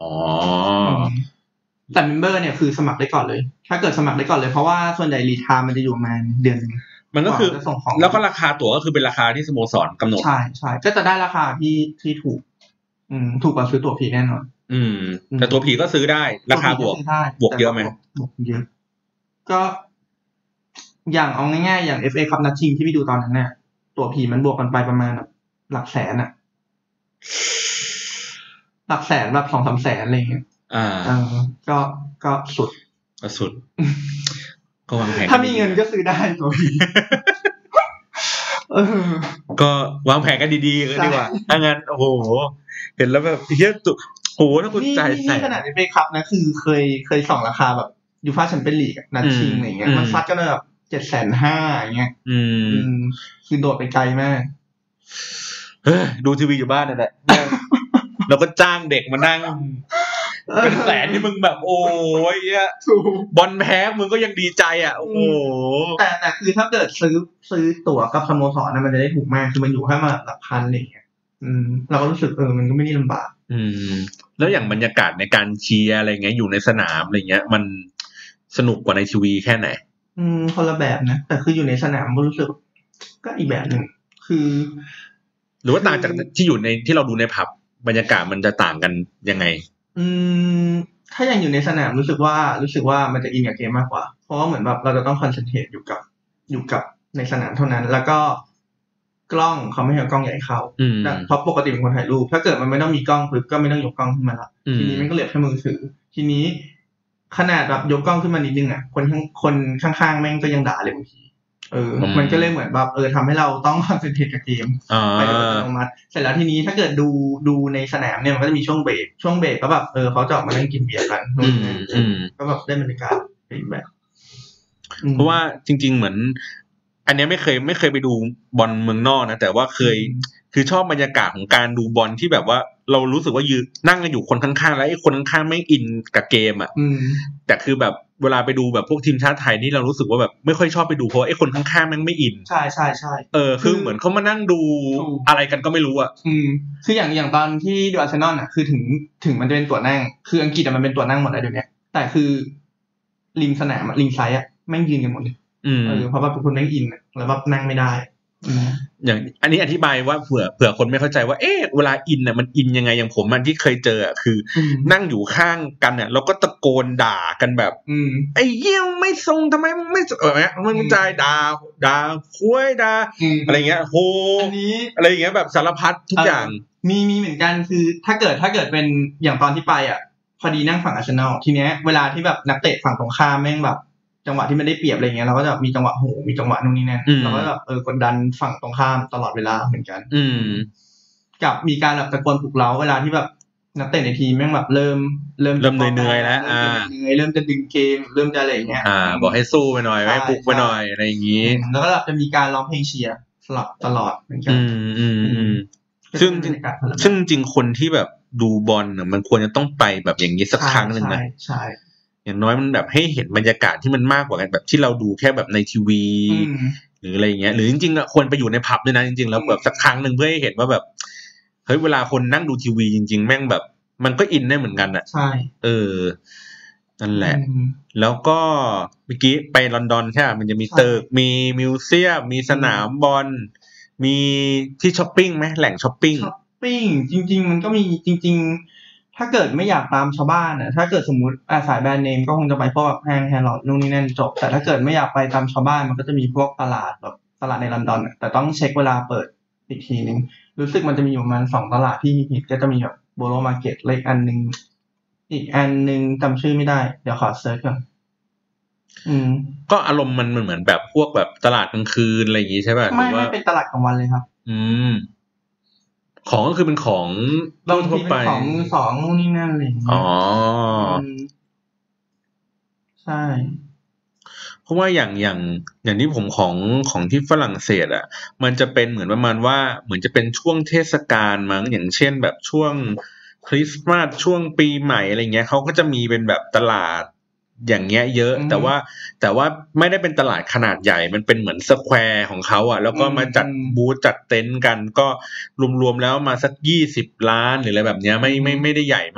อ๋อแต่เมมเบอร์เนี่ยคือสมัครได้ก่อนเลยถ้าเกิดสมัครได้ก่อนเลยเพราะว่าส่วนใหญ่รีไทม์มันจะอยู่ประมาณเดือนนึงมันก็คือแล้วก็ราคาตั๋วก็คือเป็นราคาที่สโมสรกำหนดใช่ใช่ก็จะได้ราคาที่ที่ถูกอืมถูกกว่าซื้อตั๋วผีแน่นอนอืมแต่ตั๋วผีก็ซื้อได้ราคาบวกบวกเยอะไหมบวกเยอะก็อย่างเอาง่ายๆอย่าง เอฟ เอ Cup นัดชิงที่พี่ดูตอนนั้นเนี่ยตั๋วผีมันบวกกันไปประมาณหลักแสนอะหลักแสนแบบ สองถึงสาม แสนอะไรอย่างเงี้ยอ่าเออก็ก็สุดก็สุดก็วางแผนถ้ามีเงินก็ซื้อได้ตั๋วผีเออก็วางแผนกันดีๆก็ดีกว่าถ้างั้นโอ้โหเห็นแล้วแบบเฮียตุ๊โหถ้าคุณจ่ายใส่ขนาด เอฟ เอ Cup นะคือเคยเคยส่องราคาแบบยูฟ่าแชมเปี้ยนลีกนัดชิงอะไรอย่างเงี้ยมันซัดกันแบบ เจ็ดแสนห้าหมื่น อย่างเงี้ยอืมคือโดดไปไกลมากเฮ้ยดูทีวีอยู่บ้านนั่นแหละเราก็จ้างเด็กมานั่งเป็นแสนที่มึงแบบโอ้ยเหี้ยบอลแพ้มึงก็ยังดีใจอ่ะโอ้โหแต่แต่คือถ้าเกิดซื้อซื้อตั๋วกับสโมสรนะมันจะได้ถูกมากคือมันอยู่แค่มาหลักพันอะไรอย่างเงี้ยอืมเราก็รู้สึกเออมันก็ไม่ได้ลำบากอืมแล้วอย่างบรรยากาศในการเชียร์อะไรเงี้ยอยู่ในสนามอะไรเงี้ยมันสนุกกว่าในทีวีแค่ไหนอืมคนละแบบนะแต่คืออยู่ในสนามก็รู้สึกก็อีกแบบนึงคือหรือว่าต่างจากที่อยู่ในที่เราดูในผับบรรยากาศมันจะต่างกันยังไงอืมถ้าอย่างอยู่ในสนามรู้สึกว่ารู้สึกว่ามันจะอินกับเกมมากกว่าเพราะว่าเหมือนแบบเราจะต้องคอนเซนเทรตอยู่กับอยู่กับในสนามเท่านั้นแล้วก็กล้องเขาไม่ให้กล้องใหญ่เข้าเพราะปกติเป็นคนถ่ายรูปถ้าเกิดมันไม่ต้องมีกล้องปุ๊บก็ไม่ต้องยกกล้องขึ้นมาละทีนี้มันก็เหลือแค่มือถือทีนี้ขนาดแบบยกกล้องขึ้นมานิดนึงอ่ะคนข้างคนข้างๆแม่งก็ยังด่าเลยบางทีเออมันก็เลยเหมือนแบบเออทำให้เราต้องคอนเซนเทรตกับเกมไปโดยอัตโนมัติเสร็จแล้วทีนี้ถ้าเกิดดูดูในสนามเนี่ยมันก็จะมีช่วงเบรกช่วงเบรกก็แบบเออเขาจะออกมานั่งกินเบียร์กันนู่นนี่ก็แบบได้บรรยากาศเป็นแบบเพราะว่าจริงๆเหมือนอันนี้ไม่เคยไม่เคยไปดูบอลเมืองนอกนะแต่ว่าเคยคือชอบบรรยากาศของการดูบอลที่แบบว่าเรารู้สึกว่ายืนนั่งกันอยู่คนข้างๆแล้วไอ้คนข้างๆไม่อินกับเกมอ่ะแต่คือแบบเวลาไปดูแบบพวกทีมชาติไทยนี่เรารู้สึกว่าแบบไม่ค่อยชอบไปดูเพราะไอ้คนข้างๆแม่งไม่อินใช่ใช่ใช่เออคือเหมือนเขามานั่งดูอะไรกันก็ไม่รู้อ่ะอืมคืออย่างอย่างตอนที่ดูอาร์เซนอลอ่ะคือถึงถึงมันจะเป็นตั๋วนั่งคืออังกฤษมันเป็นตั๋วนั่งหมดเลยเดี๋ยวนี้แต่คือริมสนามริมไซด์อ่ะแม่งยืนกันหมดเลยเออเพราะว่าทุกคนแม่งอินแล้วแบบนั่งไม่ได้อย่างอันนี้อธิบายว่าเผื่อเผื่อคนไม่เข้าใจว่าเอ๊ะเวลาอินน่ะมันอินยังไงอย่างผมมันที่เคยเจออ่ะคือนั่งอยู่ข้างกันเนี่ยแล้วก็ตะโกนด่ากันแบบไอ้เหี้ยไม่ทรงทำไมมึงไม่เออเนี่ยมึงใจด่าด่าคุยด่าอะไรเงี้ยโหอะไรอย่างเงี้ยแบบสารพัดทุกอย่างมีมีเหมือนกันคือถ้าเกิดถ้าเกิดเป็นอย่างตอนที่ไปอ่ะพอดีนั่งฝั่งอาร์เซนอลทีเนี้ยเวลาที่แบบนักเตะฝั่งตรงข้ามแม่งแบบจังหวะที่มันได้เปรียบอะไรเงี้ยเราก็จะมีจังหวะโหมีจังหวะนู่นนี่นั่นเราก็แบบเออกดดันฝั่งตรงข้ามตลอดเวลาเหมือนกันอืมกับมีการแบบตะโกนปลุกเร้าเวลาที่แบบนักเตะในทีมแม่งแบบเริ่มเริ่มเริ่มเหนื่อยๆแล้วอ่าเหนื่อยเริ่มจะดึงเกมเริ่มจะอะไรอย่างเงี้ยอ่าบอกให้สู้ไปหน่อยให้ปลุกไปหน่อยอะไรอย่างงี้แล้วก็จะมีการร้องเพลงเชียร์สลับตลอดเหมือนกันอืมอืมอืมซึ่งซึ่งจริงคนที่แบบดูบอลน่ะมันควรจะต้องไปแบบอย่างนี้สักครั้งนึงนะใช่อย่างน้อยมันแบบให้เห็นบรรยากาศที่มันมากกว่ากันแบบที่เราดูแค่แบบในทีวีหรืออะไรอย่างเงี้ยหรือจริงๆอ่ะควรไปอยู่ในผับด้วยนะจริงๆแล้วแบบสักครั้งนึงเพื่อให้เห็นว่าแบบเฮ้ยเวลาคนนั่งดูทีวีจริงๆแม่งแบบมันก็อินได้เหมือนกันอ่ะใช่เออนั่นแหละแล้วก็เมื่อกี้ไปลอนดอนใช่มั้ยมันจะมีตึกมีมิวเซียมมีสนามบอลมีที่ช้อปปิ้งมั้ยแหล่งช้อปปิ้งช้อปปิ้งจริงๆมันก็มีจริงๆถ้าเกิดไม่อยากตามชาวบ้านน่ะถ้าเกิดสมมุติอ่ะสายแบรนด์เนมก็คงจะไปพวกห้างแฮร์รอดนู่นนี่นั่นจบแต่ถ้าเกิดไม่อยากไปตามชาวบ้านมันก็จะมีพวกตลาดแบบตลาดในลอนดอนน่ะแต่ต้องเช็คเวลาเปิดอีกทีนึงรู้สึกมันจะมีอยู่ประมาณสองตลาดที่ฮิตก็จะมีแบบโบโลมาร์เก็ตเล็กอันนึงอีกอันนึงจำชื่อไม่ได้เดี๋ยวขอเสิร์ชก่อนอืมก็อารมณ์มันเหมือนแบบพวกแบบตลาดกลางคืนอะไรอย่างงี้ใช่ป่ะไม่ไม่เป็นตลาดกลางวันเลยครับอืมของก็คือเป็นของทั่วไปของมือสองนู่นนี่นั่นอะไรอย่างเงี้ยอ๋อใช่เพราะว่าอย่างอย่างอย่างที่ผมของของที่ฝรั่งเศสอ่ะมันจะเป็นเหมือนประมาณว่าเหมือนจะเป็นช่วงเทศกาลมั้งอย่างเช่นแบบช่วงคริสต์มาสช่วงปีใหม่อะไรเงี้ยเขาก็จะมีเป็นแบบตลาดอย่างเงี้ยเยอะแต่ว่าแต่ว่าไม่ได้เป็นตลาดขนาดใหญ่มันเป็นเหมือนสแควร์ของเขาอ่ะแล้วก็มาจัดบูธจัดเต็นท์กันก็รวมๆแล้วมาสักยี่สิบล้านหรืออะไรแบบเนี้ยไม่ไม่ไม่ได้ใหญ่มาก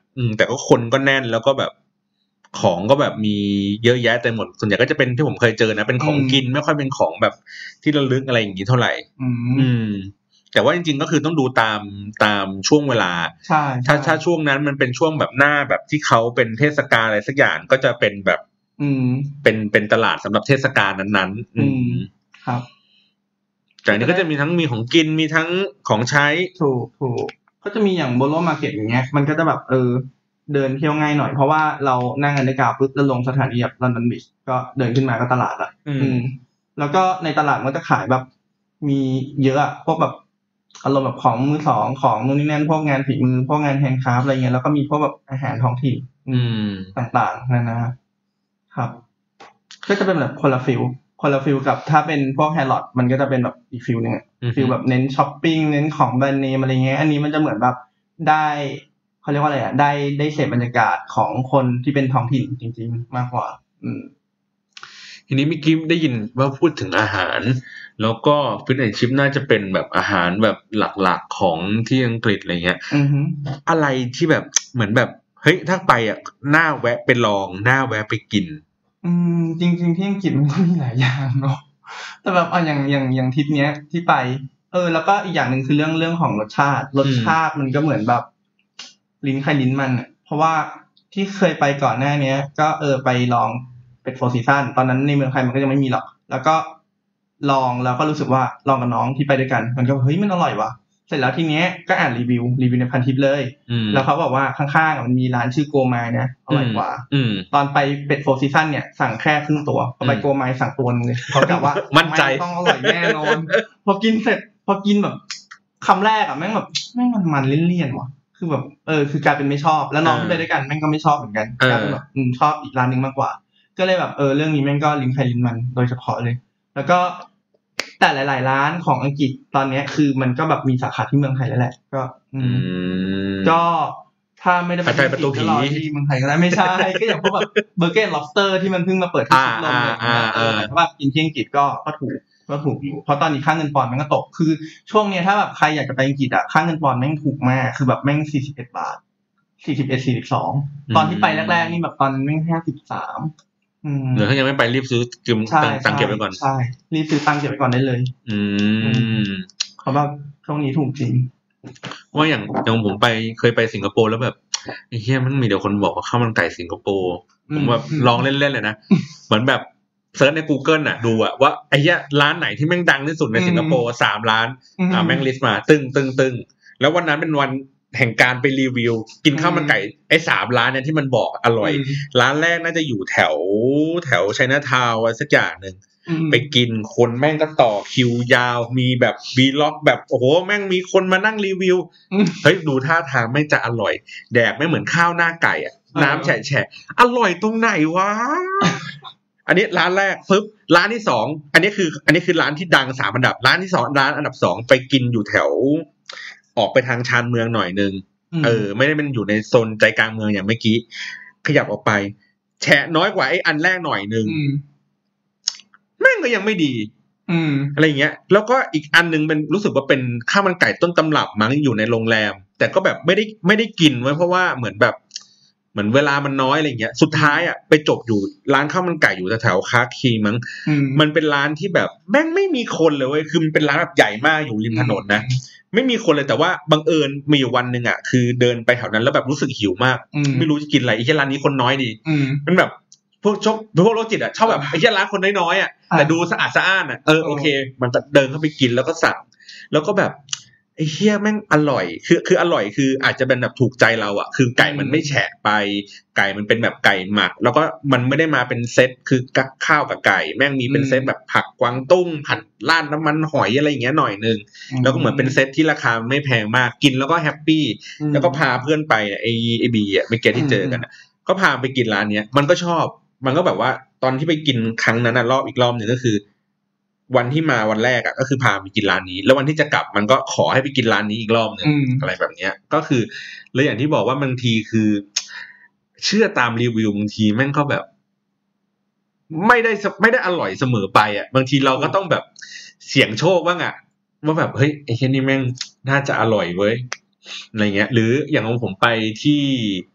อืมแต่ก็คนก็แน่นแล้วก็แบบของก็แบบมีเยอะแยะเต็มหมดส่วนใหญ่ก็จะเป็นที่ผมเคยเจอนะเป็นของกินไม่ค่อยเป็นของแบบที่ระลึกอะไรอย่างงี้เท่าไหร่อืมแต่ว่าจริงๆก็คือต้องดูตามตามช่วงเวลาใช่ถ้าถ้าช่วงนั้นมันเป็นช่วงแบบหน้าแบบที่เขาเป็นเทศกาลอะไรสักอย่างก็จะเป็นแบบอืมเป็นเป็นตลาดสำหรับเทศกาลนั้นๆอืมครับแต่นี้ก็จะมีทั้งมีของกินมีทั้งของใช้ถูกถูกก็จะมีอย่างโบโลมาร์เก็ตอย่างเงี้ยมันก็จะแบบเออเดินเที่ยวง่ายหน่อยเพราะว่าเรานั่งนาฬิกาปุ๊บแล้วลงสถานีแบบลอนดอนบริดจ์ก็เดินขึ้นมาก็ตลาดละอืมแล้วก็ในตลาดมันจะขายแบบมีเยอะอะพวกแบบอารมณ์แบบของมือสองของนู่นนี่นั่นพวกงานฝีมือพวกงานแฮนด์คราฟต์อะไรเงี้ยแล้วก็มีพวกแบบอาหารท้องถิ่นอืมต่างๆนั่นนะครับก็จะเป็นแบบคนละฟิลคนละฟิลกับถ้าเป็นพวกแฮร์รอดมันก็จะเป็นแบบอีกฟิลนึงอ่ะฟิลแบบเน้นช้อปปิ้งเน้นของแบรนด์เนมอะไรเงี้ยอันนี้มันจะเหมือนแบบได้เขาเรียกว่าอะไรอ่ะได้ได้เสพบรรยากาศของคนที่เป็นท้องถิ่นจริงๆมากกว่าอืมทีนี้เมื่อกี้ได้ยินว่าพูดถึงอาหารแล้วก็ฟิชแอนด์ชิพน่าจะเป็นแบบอาหารแบบหลักๆของที่อังกฤษอะไรเงี้ยอะไรที่แบบเหมือนแบบเฮ้ยถ้าไปอ่ะน่าแวะไปลองน่าแวะไปกินอืมจริงๆที่อังกฤษมันก็มีหลายอย่างเนาะแต่แบบอ่ะอย่างอย่างอย่างทริปเนี้ยที่ไปเออแล้วก็อีกอย่างนึงคือเรื่องเรื่องของรสชาติรสชาติมันก็เหมือนแบบลิ้นใครลิ้นมันอ่ะเพราะว่าที่เคยไปก่อนหน้านี้ก็เออไปลองเป็ดโฟร์ซีซั่นตอนนั้นในเมืองไทยมันก็ยังไม่มีหรอกแล้วก็ลองแล้วก็รู้สึกว่าลองกับน้องที่ไปด้วยกันมันก็เฮ้ยมันอร่อยว่ะเสร็จแล้วทีเนี้ยก็อ่านรีวิวรีวิวในพันทิปเลยแล้วเขาบอกว่าข้างๆมันมีร้านชื่อโกมายนะอร่อยกว่าตอนไปเป็ดโฟร์ซีซั่นเนี่ยสั่งแค่ครึ่งตัวพอไปโกมายสั่งตัวนึงเลยเขากะว่ามั่นใจต้องอร่อยแน่นอนพอกินเสร็จพอกินแบบคำแรกอ่ะแม่งแบบแม่งมันมันเลี่ยนๆว่ะคือแบบเออคือกลายเป็นไม่ชอบแล้วน้องที่ไปด้วยกันแม่งก็ไม่ชอบเหมือนกันกลายเป็นแบบชอบอีกร้านนึงมากกว่าก็เลยแบบเออเรื่องนี้แม่งก็ลิ้นใครลิ้นมันโดยเฉพาะเลยแล้วก็แต่หลายๆร้านของอังกฤษตอนนี้คือมันก็แบบมีสาขาที่เมืองไทยแล้วแหละก็อืมก็ถ้าไม่ได้ไปที่ประตูผีที่เมืองไทยก็ได้ไม่ใช่ก็อย่างพวกแบบเบอร์เกอร์ล็อบสเตอร์ที่มันเพิ่งมาเปิดที่ชิดลมอะไรอย่างเงี้ยเออแต่ว่ากินที่อังกฤษก็ก็ถูกก็ถูกอยู่เพราะตอนนี้ค่าเงินปอนด์มันก็ตกคือช่วงนี้ถ้าแบบใครอยากจะไปอังกฤษอ่ะค่าเงินปอนด์แม่งถูกมากคือแบบแม่งสี่สิบเอ็ดบาทสี่สิบเอ็ด สี่สิบสองตอนที่ไปแรกๆนี่แบบตอนแม่งห้าสิบสามอืมเดี๋ยวถ้ายังไม่ไปรีบซื้อจึมตังค์เก็บไว้ก่อนใช่รีบซื้อตังค์เก็บไว้ก่อนได้เลยอืมเขาแบบช่วงนี้ถูกจริงว่าอย่างอย่างผมไปเคยไปสิงคโปร์แล้วแบบไอ้เหี้ยมันมีเดี๋ยวคนบอกว่าข้าวมันไก่สิงคโปร์ผมแบบลองเล่นๆเลยนะเหมือนแบบเซิร์ชใน Google น่ะดูอะว่าไอ้เหี้ยร้านไหนที่แม่งดังที่สุดในสิงคโปร์สามร้านอ่าแม่งลิสต์มาตึ้งตึ้งตึ้งแล้ววันนั้นเป็นวันแห่งการไปรีวิวกินข้าวมันไก่ไอ้สามร้านเนี่ยที่มันบอกอร่อยร้านแรกน่าจะอยู่แถวแถวไชน่าทาวน์อะไรสักอย่างนึงไปกินคนแม่งก็ต่อคิวยาวมีแบบวีล็อกแบบโอ้โหแม่งมีคนมานั่งรีวิวเฮ้ยดูท่าทางไม่จะอร่อยแดกไม่เหมือนข้าวหน้าไก่อ่ะน้ำแฉะๆอร่อยตรงไหนวะอันนี้ร้านแรกปึ๊บร้านที่สองอันนี้คืออันนี้คือร้านที่ดังสามอันดับร้านที่สองร้านอันดับสองไปกินอยู่แถวออกไปทางชานเมืองหน่อยนึงเออไม่ได้เป็นอยู่ในโซนใจกลางเมืองอย่างเมื่อกี้ขยับออกไปแฉะน้อยกว่าไอ้อันแรกหน่อยนึงแม่งก็ยังไม่ดีอะไรเงี้ยแล้วก็อีกอันนึงเป็นรู้สึกว่าเป็นข้าวมันไก่ต้นตำรับมั้งอยู่ในโรงแรมแต่ก็แบบไม่ได้ไม่ได้กินไว้เพราะว่าเหมือนแบบเหมือนเวลามันน้อยอะไรเงี้ยสุดท้ายอ่ะไปจบอยู่ร้านข้าวมันไก่อยู่แถวคาคีมั้งมันเป็นร้านที่แบบแม่งไม่มีคนเลยเว้ยคือมันเป็นร้านแบบใหญ่มากอยู่ริมถนนนะไม่มีคนเลยแต่ว่าบังเอิญมีอยู่วันนึงอ่ะคือเดินไปแถวนั้นแล้วแบบรู้สึกหิวมากไม่รู้จะกินอะไรไอ้แค่ร้านนี้คนน้อยดีมันแบบพวกชอบพวกโรคจิตอ่ะชอบแบบไอ้แค่ร้านคนน้อยๆอ่ะแต่ดูสะอาดสะอ้านอ่ะเออโอเคมันเดินเข้าไปกินแล้วก็สั่งแล้วก็แบบไอ้เหี้ยแม่งอร่อยคือคืออร่อยคืออาจจะเป็นแบบถูกใจเราอ่ะคือไก่มันไม่แฉะไปไก่มันเป็นแบบไก่หมักแล้วก็มันไม่ได้มาเป็นเซตคือข้าวกับไก่แม่งมีเป็นเซตแบบผักกวางตุ้งผัดราดน้ำมันหอยอะไรอย่างเงี้ยหน่อยนึงแล้วก็เหมือนเป็นเซตที่ราคาไม่แพงมากกินแล้วก็แฮปปี้แล้วก็พาเพื่อนไปไอ้ไอ้บีอ่ะเมื่อกี้ที่เจอกันก็พาไปกินร้านเนี้ยมันก็ชอบมันก็แบบว่าตอนที่ไปกินครั้งนั้นน่ะรอบอีกรอบนึงก็คือวันที่มาวันแรกอ่ะก็คือพาไปกินร้านนี้แล้ววันที่จะกลับมันก็ขอให้ไปกินร้านนี้อีกรอบนึงอะไรแบบเนี้ยก็คือแล้วอย่างที่บอกว่าบางทีคือเชื่อตามรีวิวบางทีแม่งก็แบบไม่ได้ไม่ได้อร่อยเสมอไปอ่ะบางทีเราก็ต้องแบบเสี่ยงโชคบ้างอ่ะว่าแบบเฮ้ยไอ้แค่นี้แม่งน่าจะอร่อยเว้ยอะไรเงี้ยหรืออย่างของผมไปที่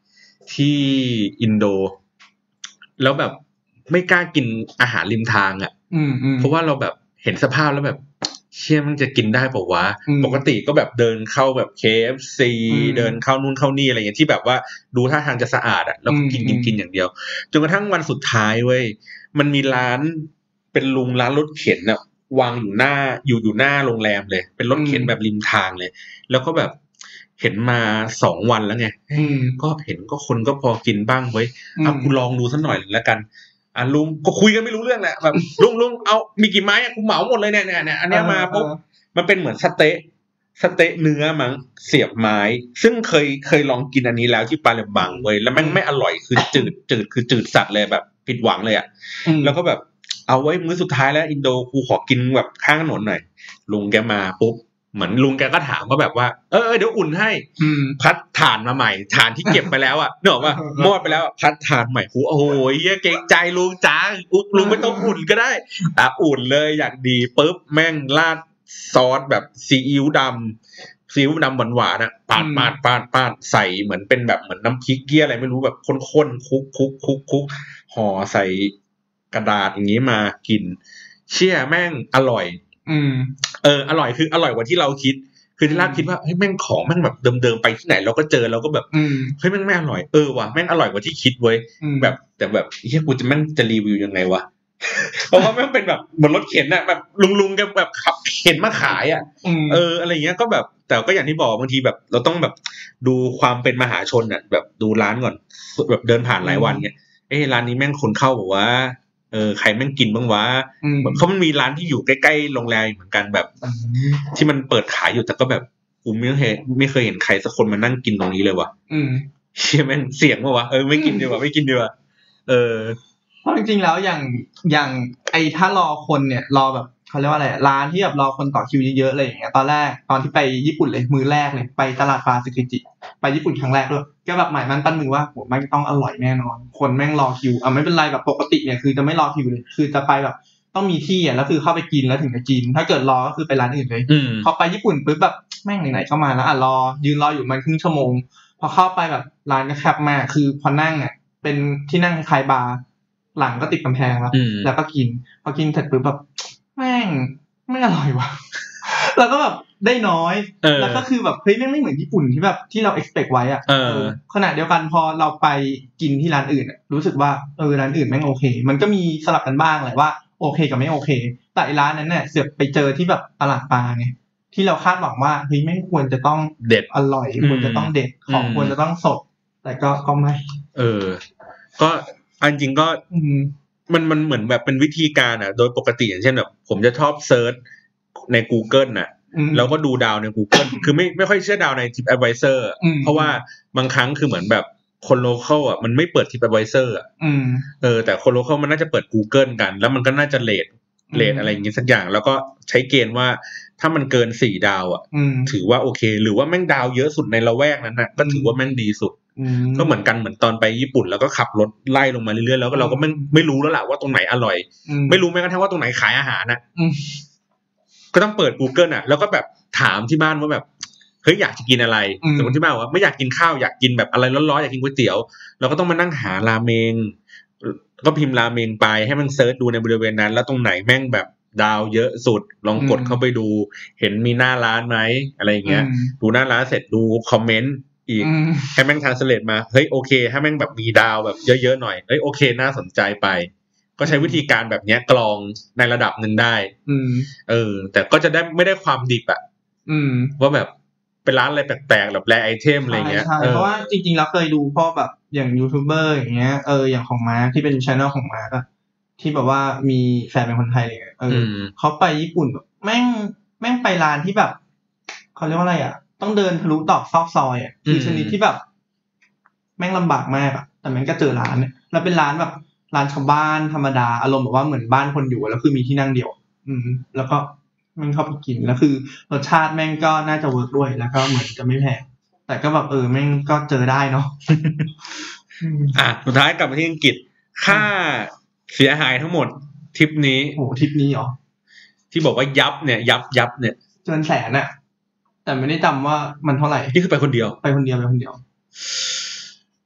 ที่อินโดแล้วแบบไม่กล้ากินอาหารริมทางอ่ะเพราะว่าเราแบบเห็นสภาพแล้วแบบเชี่ยมันจะกินได้เปล่าวะปกติก็แบบเดินเข้าแบบ เค เอฟ ซี เดินเข้านู่นเข้านี่อะไรอย่างเงี้ยที่แบบว่าดูท่าทางจะสะอาดอ่ะแล้วก็กินกินกินอย่างเดียวจนกระทั่งวันสุดท้ายเว้ยมันมีร้านเป็นลุงร้านรถเข็นน่ะวางอยู่หน้าอยู่อยู่หน้าโรงแรมเลยเป็นรถเข็นแบบริมทางเลยแล้วก็แบบเห็นมาสองวันแล้วไงก็เห็นก็คนก็พอกินบ้างเว้ยเอากูลองดูสักหน่อยแล้วกันอ่ะลุงก็คุยกันไม่รู้เรื่องแหละแบบลุงลุงเอามีกี่ไม้อ่ะกูเหมาหมดเลยเนี่ยเนี่ยเนี่ยอันเนี้ยมาปุ๊บมันเป็นเหมือนสเต๊ะสเต๊ะเนื้อมั้งเสียบไม้ซึ่งเคยเคยลองกินอันนี้แล้วที่ปาเลมบังเว้ยแล้วแม่งไม่อร่อยคือจืดจืดคือจืดสัตว์เลยแบบผิดหวังเลยอ่ะแล้วก็แบบเอาไว้มื้อสุดท้ายแล้วอินโดกูขอกินแบบข้างถนนหน่อยลุงแกมาปุ๊บเหมือนลุงแกก็ถามว่าแบบว่าเออเดี๋ยวอุ่นให้พัดถ่านมาใหม่ถ่านที่เก็บไปแล้วอ่ะนึกออกป่ะมอดไปแล้วพัดถ่านใหม่กูโอ้ยเหี้ยเกรงใจลุงจ้าลุงไม่ต้องอุ่นก็ได้อ่ะอุ่นเลยอย่างดีปุ๊บแม่งราดซอสแบบซีอิ๊วดำซีอิ๊วดำหวานๆอ่ะปาดปาดปาดปาดใส่เหมือนเป็นแบบเหมือนน้ำพริกเกี้ยอะไรไม่รู้แบบข้นๆคุกคุกคุกคุกห่อใส่กระดาษอย่างนี้มากินเชี่ยแม่งอร่อยอืมเอออร่อยคืออร่อยกว่าที่เราคิดคือที่แรกคิดว่าเฮ้ยแม่งของแม่งแบบเดิมๆไปที่ไหนเราก็เจอเราก็แบบเฮ้ยแม่งไม่อร่อยเออว่ะแม่งอร่อยกว่าที่คิดเว้ยแบบแต่แบบเฮ้ยกูจะแม่งจะรีวิวยังไงวะเพราะว่าแม่งเป็นแบบเหมือนรถเข็นน่ะแบบลุงๆกันแบบขับเข็นมาขายอ่ะเอออะไรเงี้ยก็แบบแต่ก็อย่างที่บอกบางทีแบบเราต้องแบบดูความเป็นมหาชนอ่ะแบบดูร้านก่อนแบบเดินผ่านหลายวันเงี้ยเอ้ร้านนี้แม่งคนเข้าบอกว่าเออใครแม่งกินบ้างวะเขามันมีร้านที่อยู่ใกล้ๆโรงแรมเหมือนกันแบบที่มันเปิดขายอยู่แต่ก็แบบกูไม่เคยไม่เคยเห็นใครสักคนมานั่งกินตรงนี้เลยวะเชี่ยแม่งเสี่ยงวะวะเออไม่กินดีกว่าไม่กินดีกว่าเออเพราะจริงๆแล้วอย่างอย่างไอ้ถ้ารอคนเนี่ยรอแบบเขาเรียกว่าอะไรร้านที่แบบรอคนต่อคิวเยอะๆอะไรอย่างเงี้ยตอนแรกตอนที่ไปญี่ปุ่นเลยมื้อแรกเลยไปตลาดปลาสึกิจิไปญี่ปุ่นครั้งแรกด้วยก็แบบหมายมั่นปั้นมือว่าโหแม่งต้องอร่อยแน่นอนคนแม่งรอคิวอ่ะไม่เป็นไรแบบปกติเนี่ยคือจะไม่รอคิวเลยคือจะไปแบบต้องมีที่อ่ะแล้วคือเข้าไปกินแล้วถึงจะกินถ้าเกิดรอก็คือไปร้านอื่นเลยพอไปญี่ปุ่นปุ๊บแบบแม่งไหนๆก็มาแล้วอ่ะรอยืนรออยู่มันครึ่งชั่วโมงพอเข้าไปแบบร้านก็แคบมากคือพอนั่งอ่ะเป็นที่นั่งคล้ายบาร์หลังก็ติดกำแพงแล้วแล้วก็กินพอกินเสร็จปุ๊บแบบแม่งไม่อร่อยว่ะแล้วก็แบบได้น้อยแล้วก็คือแบบเฮ้ยแม่งไม่เหมือนญี่ปุ่นที่แบบที่เรา expect ไว้อ่ะขณะเดียวกันพอเราไปกินที่ร้านอื่นรู้สึกว่าเออร้านอื่นแม่งโอเคมันก็มีสลับกันบ้างแหละว่าโอเคกับไม่โอเคแต่ร้านนั้นเนี่ยเสือกไปเจอที่แบบตลาดปลาไงที่เราคาดหวังว่าเฮ้ยแม่งควรจะต้องเด็ดอร่อยควรจะต้องเด็ดของควรจะต้องสดแต่ก็ก็ไม่เออก็อันจริงก็มันมันเหมือนแบบเป็นวิธีการอ่ะโดยปกติอย่างเช่นแบบผมจะชอบเซิร์ชใน Google น่ะแล้วก็ดูดาวใน Google คือไม่ไม่ค่อยเชื่อดาวใน TripAdvisor เพราะว่าบางครั้งคือเหมือนแบบคนโลคอลอ่ะมันไม่เปิด TripAdvisor อ่ะเออแต่คนโลคอลมันน่าจะเปิด Google กันแล้วมันก็น่าจะเรทเรทอะไรอย่างงี้สักอย่างแล้วก็ใช้เกณฑ์ว่าถ้ามันเกินสี่ดาวอ่ะถือว่าโอเคหรือว่าแม่งดาวเยอะสุดในละแวกนั้นน่ะก็ถือว่าแม่งดีสุดก็เหมือนกันเหมือนตอนไปญี่ปุ่นแล้วก็ขับรถไล่ลงมาเรื่อยๆแล้วก็เราก็ไม่ไม่รู้แล้วล่ะว่าตรงไหนอร่อยไม่รู้แม้กระทั่งว่าตรงไหนขายอาหารน่ะก็ต้องเปิด Google อ่ะแล้วก็แบบถามที่บ้านว่าแบบเฮ้ยอยากจะกินอะไรสมมติที่บ้านว่าไม่อยากกินข้าวอยากกินแบบอะไรร้อนๆอยากกินก๋วยเตี๋ยวเราก็ต้องมานั่งหาราเมงก็พิมพ์ราเมงไปให้มันเซิร์ชดูในบริเวณนั้นแล้วตรงไหนแม่งแบบดาวเยอะสุดลองกดเข้าไปดูเห็นมีหน้าร้านไหมอะไรอย่างเงี้ยดูหน้าร้านเสร็จดูคอมเมนต์อีกให้แม่งทรานสเลทมาเฮ้ยโอเคให้แม่งแบบมีดาวแบบเยอะๆหน่อยเฮ้ยโอเคน่าสนใจไปก็ใช้วิธีการแบบเนี้ยกรองในระดับหนึ่งได้เออแต่ก็จะได้ไม่ได้ความดิบอ่ะว่าแบบเป็นร้านอะไรแปลกๆแบบแรไอเทมอะไรเงี้ยใช่เพราะว่าจริงๆแล้วเคยดูพ่อแบบอย่างยูทูบเบอร์อย่างเงี้ยเอออย่างของมาร์คที่เป็น channel ของมาร์คอะที่แบบว่ามีแฟนเป็นคนไทยเลยเออเขาไปญี่ปุ่นแบบแม่งแม่งไปร้านที่แบบเขาเรียกว่าอะไรอ่ะต้องเดินทะลุตอกซอกซอยอ่ะคือชนิดที่แบบแม่งลำบากมากอ่ะแต่แม่งก็เจอร้านเนี่ยแล้วเป็นร้านแบบร้านชาวบ้านธรรมดาอารมณ์แบบว่าเหมือนบ้านคนอยู่แล้วคือมีที่นั่งเดียวอืมแล้วก็แม่งเข้าไปกินแล้วคือรสชาติแม่งก็น่าจะเวิร์กด้วยแล้วก็เหมือนจะไม่แพงแต่ก็แบบเออแม่งก็เจอได้เนาะอ่ะสุดท้ายกลับมาที่อังกฤษค่าเสียหายทั้งหมดทริปนี้โอ้ทริปนี้เหรอที่บอกว่ายับเนี่ยยับยับเนี่ยเกินแสนอะแต่ไม่ได้จำว่ามันเท่าไหร่นี่คือไปคนเดียวไปคนเดียวไปคนเดียว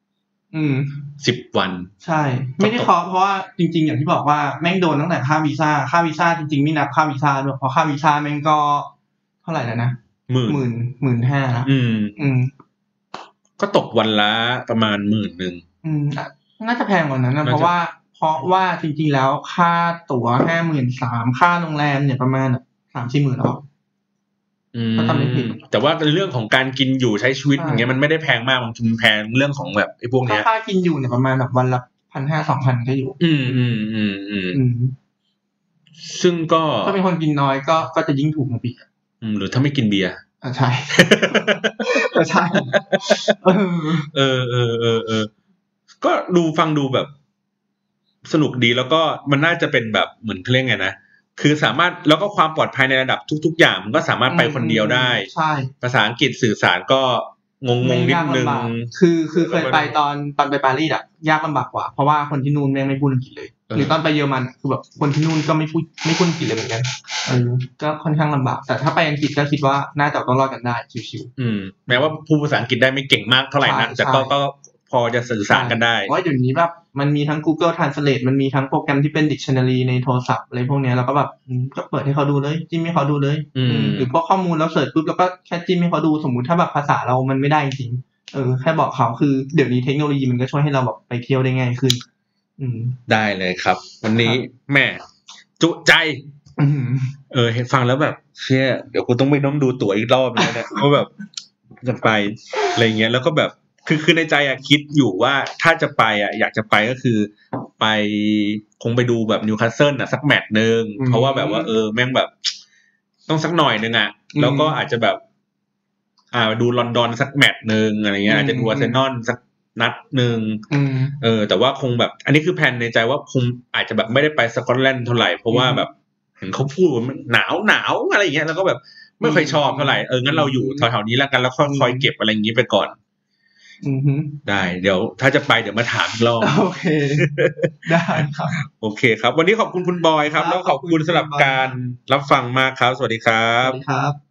อืมสิบวันใช่ไม่ได้เคาะเพราะว่าจริงๆอย่างที่บอกว่าแม่งโดนตั้งแต่ค่าวีซ่าค่าวีซ่าจริงๆไม่นับค่าวีซ่าด้วยเพราะค่าวีซ่าแม่งก็เท่าไหร่แล้วนะหมื่นหมื่น หนึ่งหมื่นห้าพันอืมอืมก็ตกวันละประมาณ หมื่น นึงอืมน่าจะแพงกว่านั้นนะเพราะว่าเพราะว่าจริงๆแล้วค่าตั๋ว ห้าหมื่นสามพัน ค่าโรงแรมเนี่ยประมาณ สามถึงสี่หมื่น แล้วอืมแต่ว่าเรื่องของการกินอยู่ใช้ชีวิตอย่างเงี้ยมันไม่ได้แพงมากมันแพงเรื่องของแบบไอ้พวกเนี้ยค่ากินอยู่เนี่ยประมาณแบบวันละ หนึ่งพันห้าร้อย สองพัน ก็อยู่อืมอืมอืมอืมซึ่งก็ถ้าเป็นคนกินน้อยก็ก็จะยิ่งถูกนะพี่อืมหรือถ้าไม่กินเบียร์อ่าใช่ก็ใช่เออเออเออเออเออก็ดูฟังดูแบบสนุกดีแล้วก็มันน่าจะเป็นแบบเหมือนเรียกไงนะคือสามารถแล้วก็ความปลอดภัยในระดับทุกๆอย่างมันก็สามารถไปคนเดียวได้ใช่ภาษาอังกฤษสื่อสารก็งงๆนิดนึงคือคือเคยไปตอนตอนไปปารีสอ่ะยากลำบากกว่าเพราะว่าคนที่นู่นแม่งไม่พูดอังกฤษเลยหรือตอนไปเยอรมันคือแบบคนที่นู่นก็ไม่พูดไม่พูดอังกฤษเลยเหมือนกันเออก็ค่อนข้างลำบากแต่ถ้าไปอังกฤษก็คิดว่าน่าจะต้องรอดกันได้ชิวๆอืมแม้ว่าพูดภาษาอังกฤษได้ไม่เก่งมากเท่าไหร่นักแต่ก็ก็พอจะสื่อสารกันได้เพราะเดี๋ยวนี้แบบมันมีทั้ง Google Translate มันมีทั้งโปรแกรมที่เป็น Dictionary ในโทรศัพท์อะไรพวกนี้เราก็แบบก็เปิดให้เขาดูเลยจิ้มให้เขาดูเลยหรือพวกข้อมูลเราเสิร์ชปุ๊บแล้วก็แค่จิ้มให้เขาดูสมมุติถ้าแบบภาษาเรามันไม่ได้จริงเออแค่บอกเขาคือเดี๋ยวนี้เทคโนโลยีมันก็ช่วยให้เราแบบไปเที่ยวได้ง่ายขึ้นอืมได้เลยครับวันนี้แม่จุใจเออเห็นฟังแล้วแบบเชี่ยเดี๋ยวกูต้องไปน้องดูตั๋วอีกรอบแล้วเนี่ยเพราะแบบจะไปอะไรเงี้ยแล้วก็แบบคือคือในใจอะคิดอยู่ว่าถ้าจะไปอะอยากจะไปก็คือไปคงไปดูแบบนิวคาสเซิลอะสักแมตช์นึงเพราะว่าแบบว่าเออแม่งแบบต้องสักหน่อยนึงอะแล้วก็อาจจะแบบอ่าดูลอนดอนสักแมตช์นึงอะไรเงี้ยอาจจะดูอาร์เซนอลสักนัดนึงเออแต่ว่าคงแบบอันนี้คือแผนในใจว่าคงอาจจะแบบไม่ได้ไปสกอตแลนด์เท่าไหร่เพราะว่าแบบเห็นเขาพูดว่าหนาวหนาวอะไรอย่างเงี้ยแล้วก็แบบไม่ค่อยชอบเท่าไหร่เอองั้นเราอยู่แถวๆนี้แล้วกันแล้วค่อยๆเก็บอะไรอย่างงี้ไปก่อนอือฮึได้เดี๋ยวถ้าจะไปเดี๋ยวมาถามอีกรอบโอเคได้ครับโอเคครับวันนี้ขอบคุณคุณบอยครับแล้วขอบคุณสำหรับการรับฟังมากครับสวัสดีครับสวัสดีครับ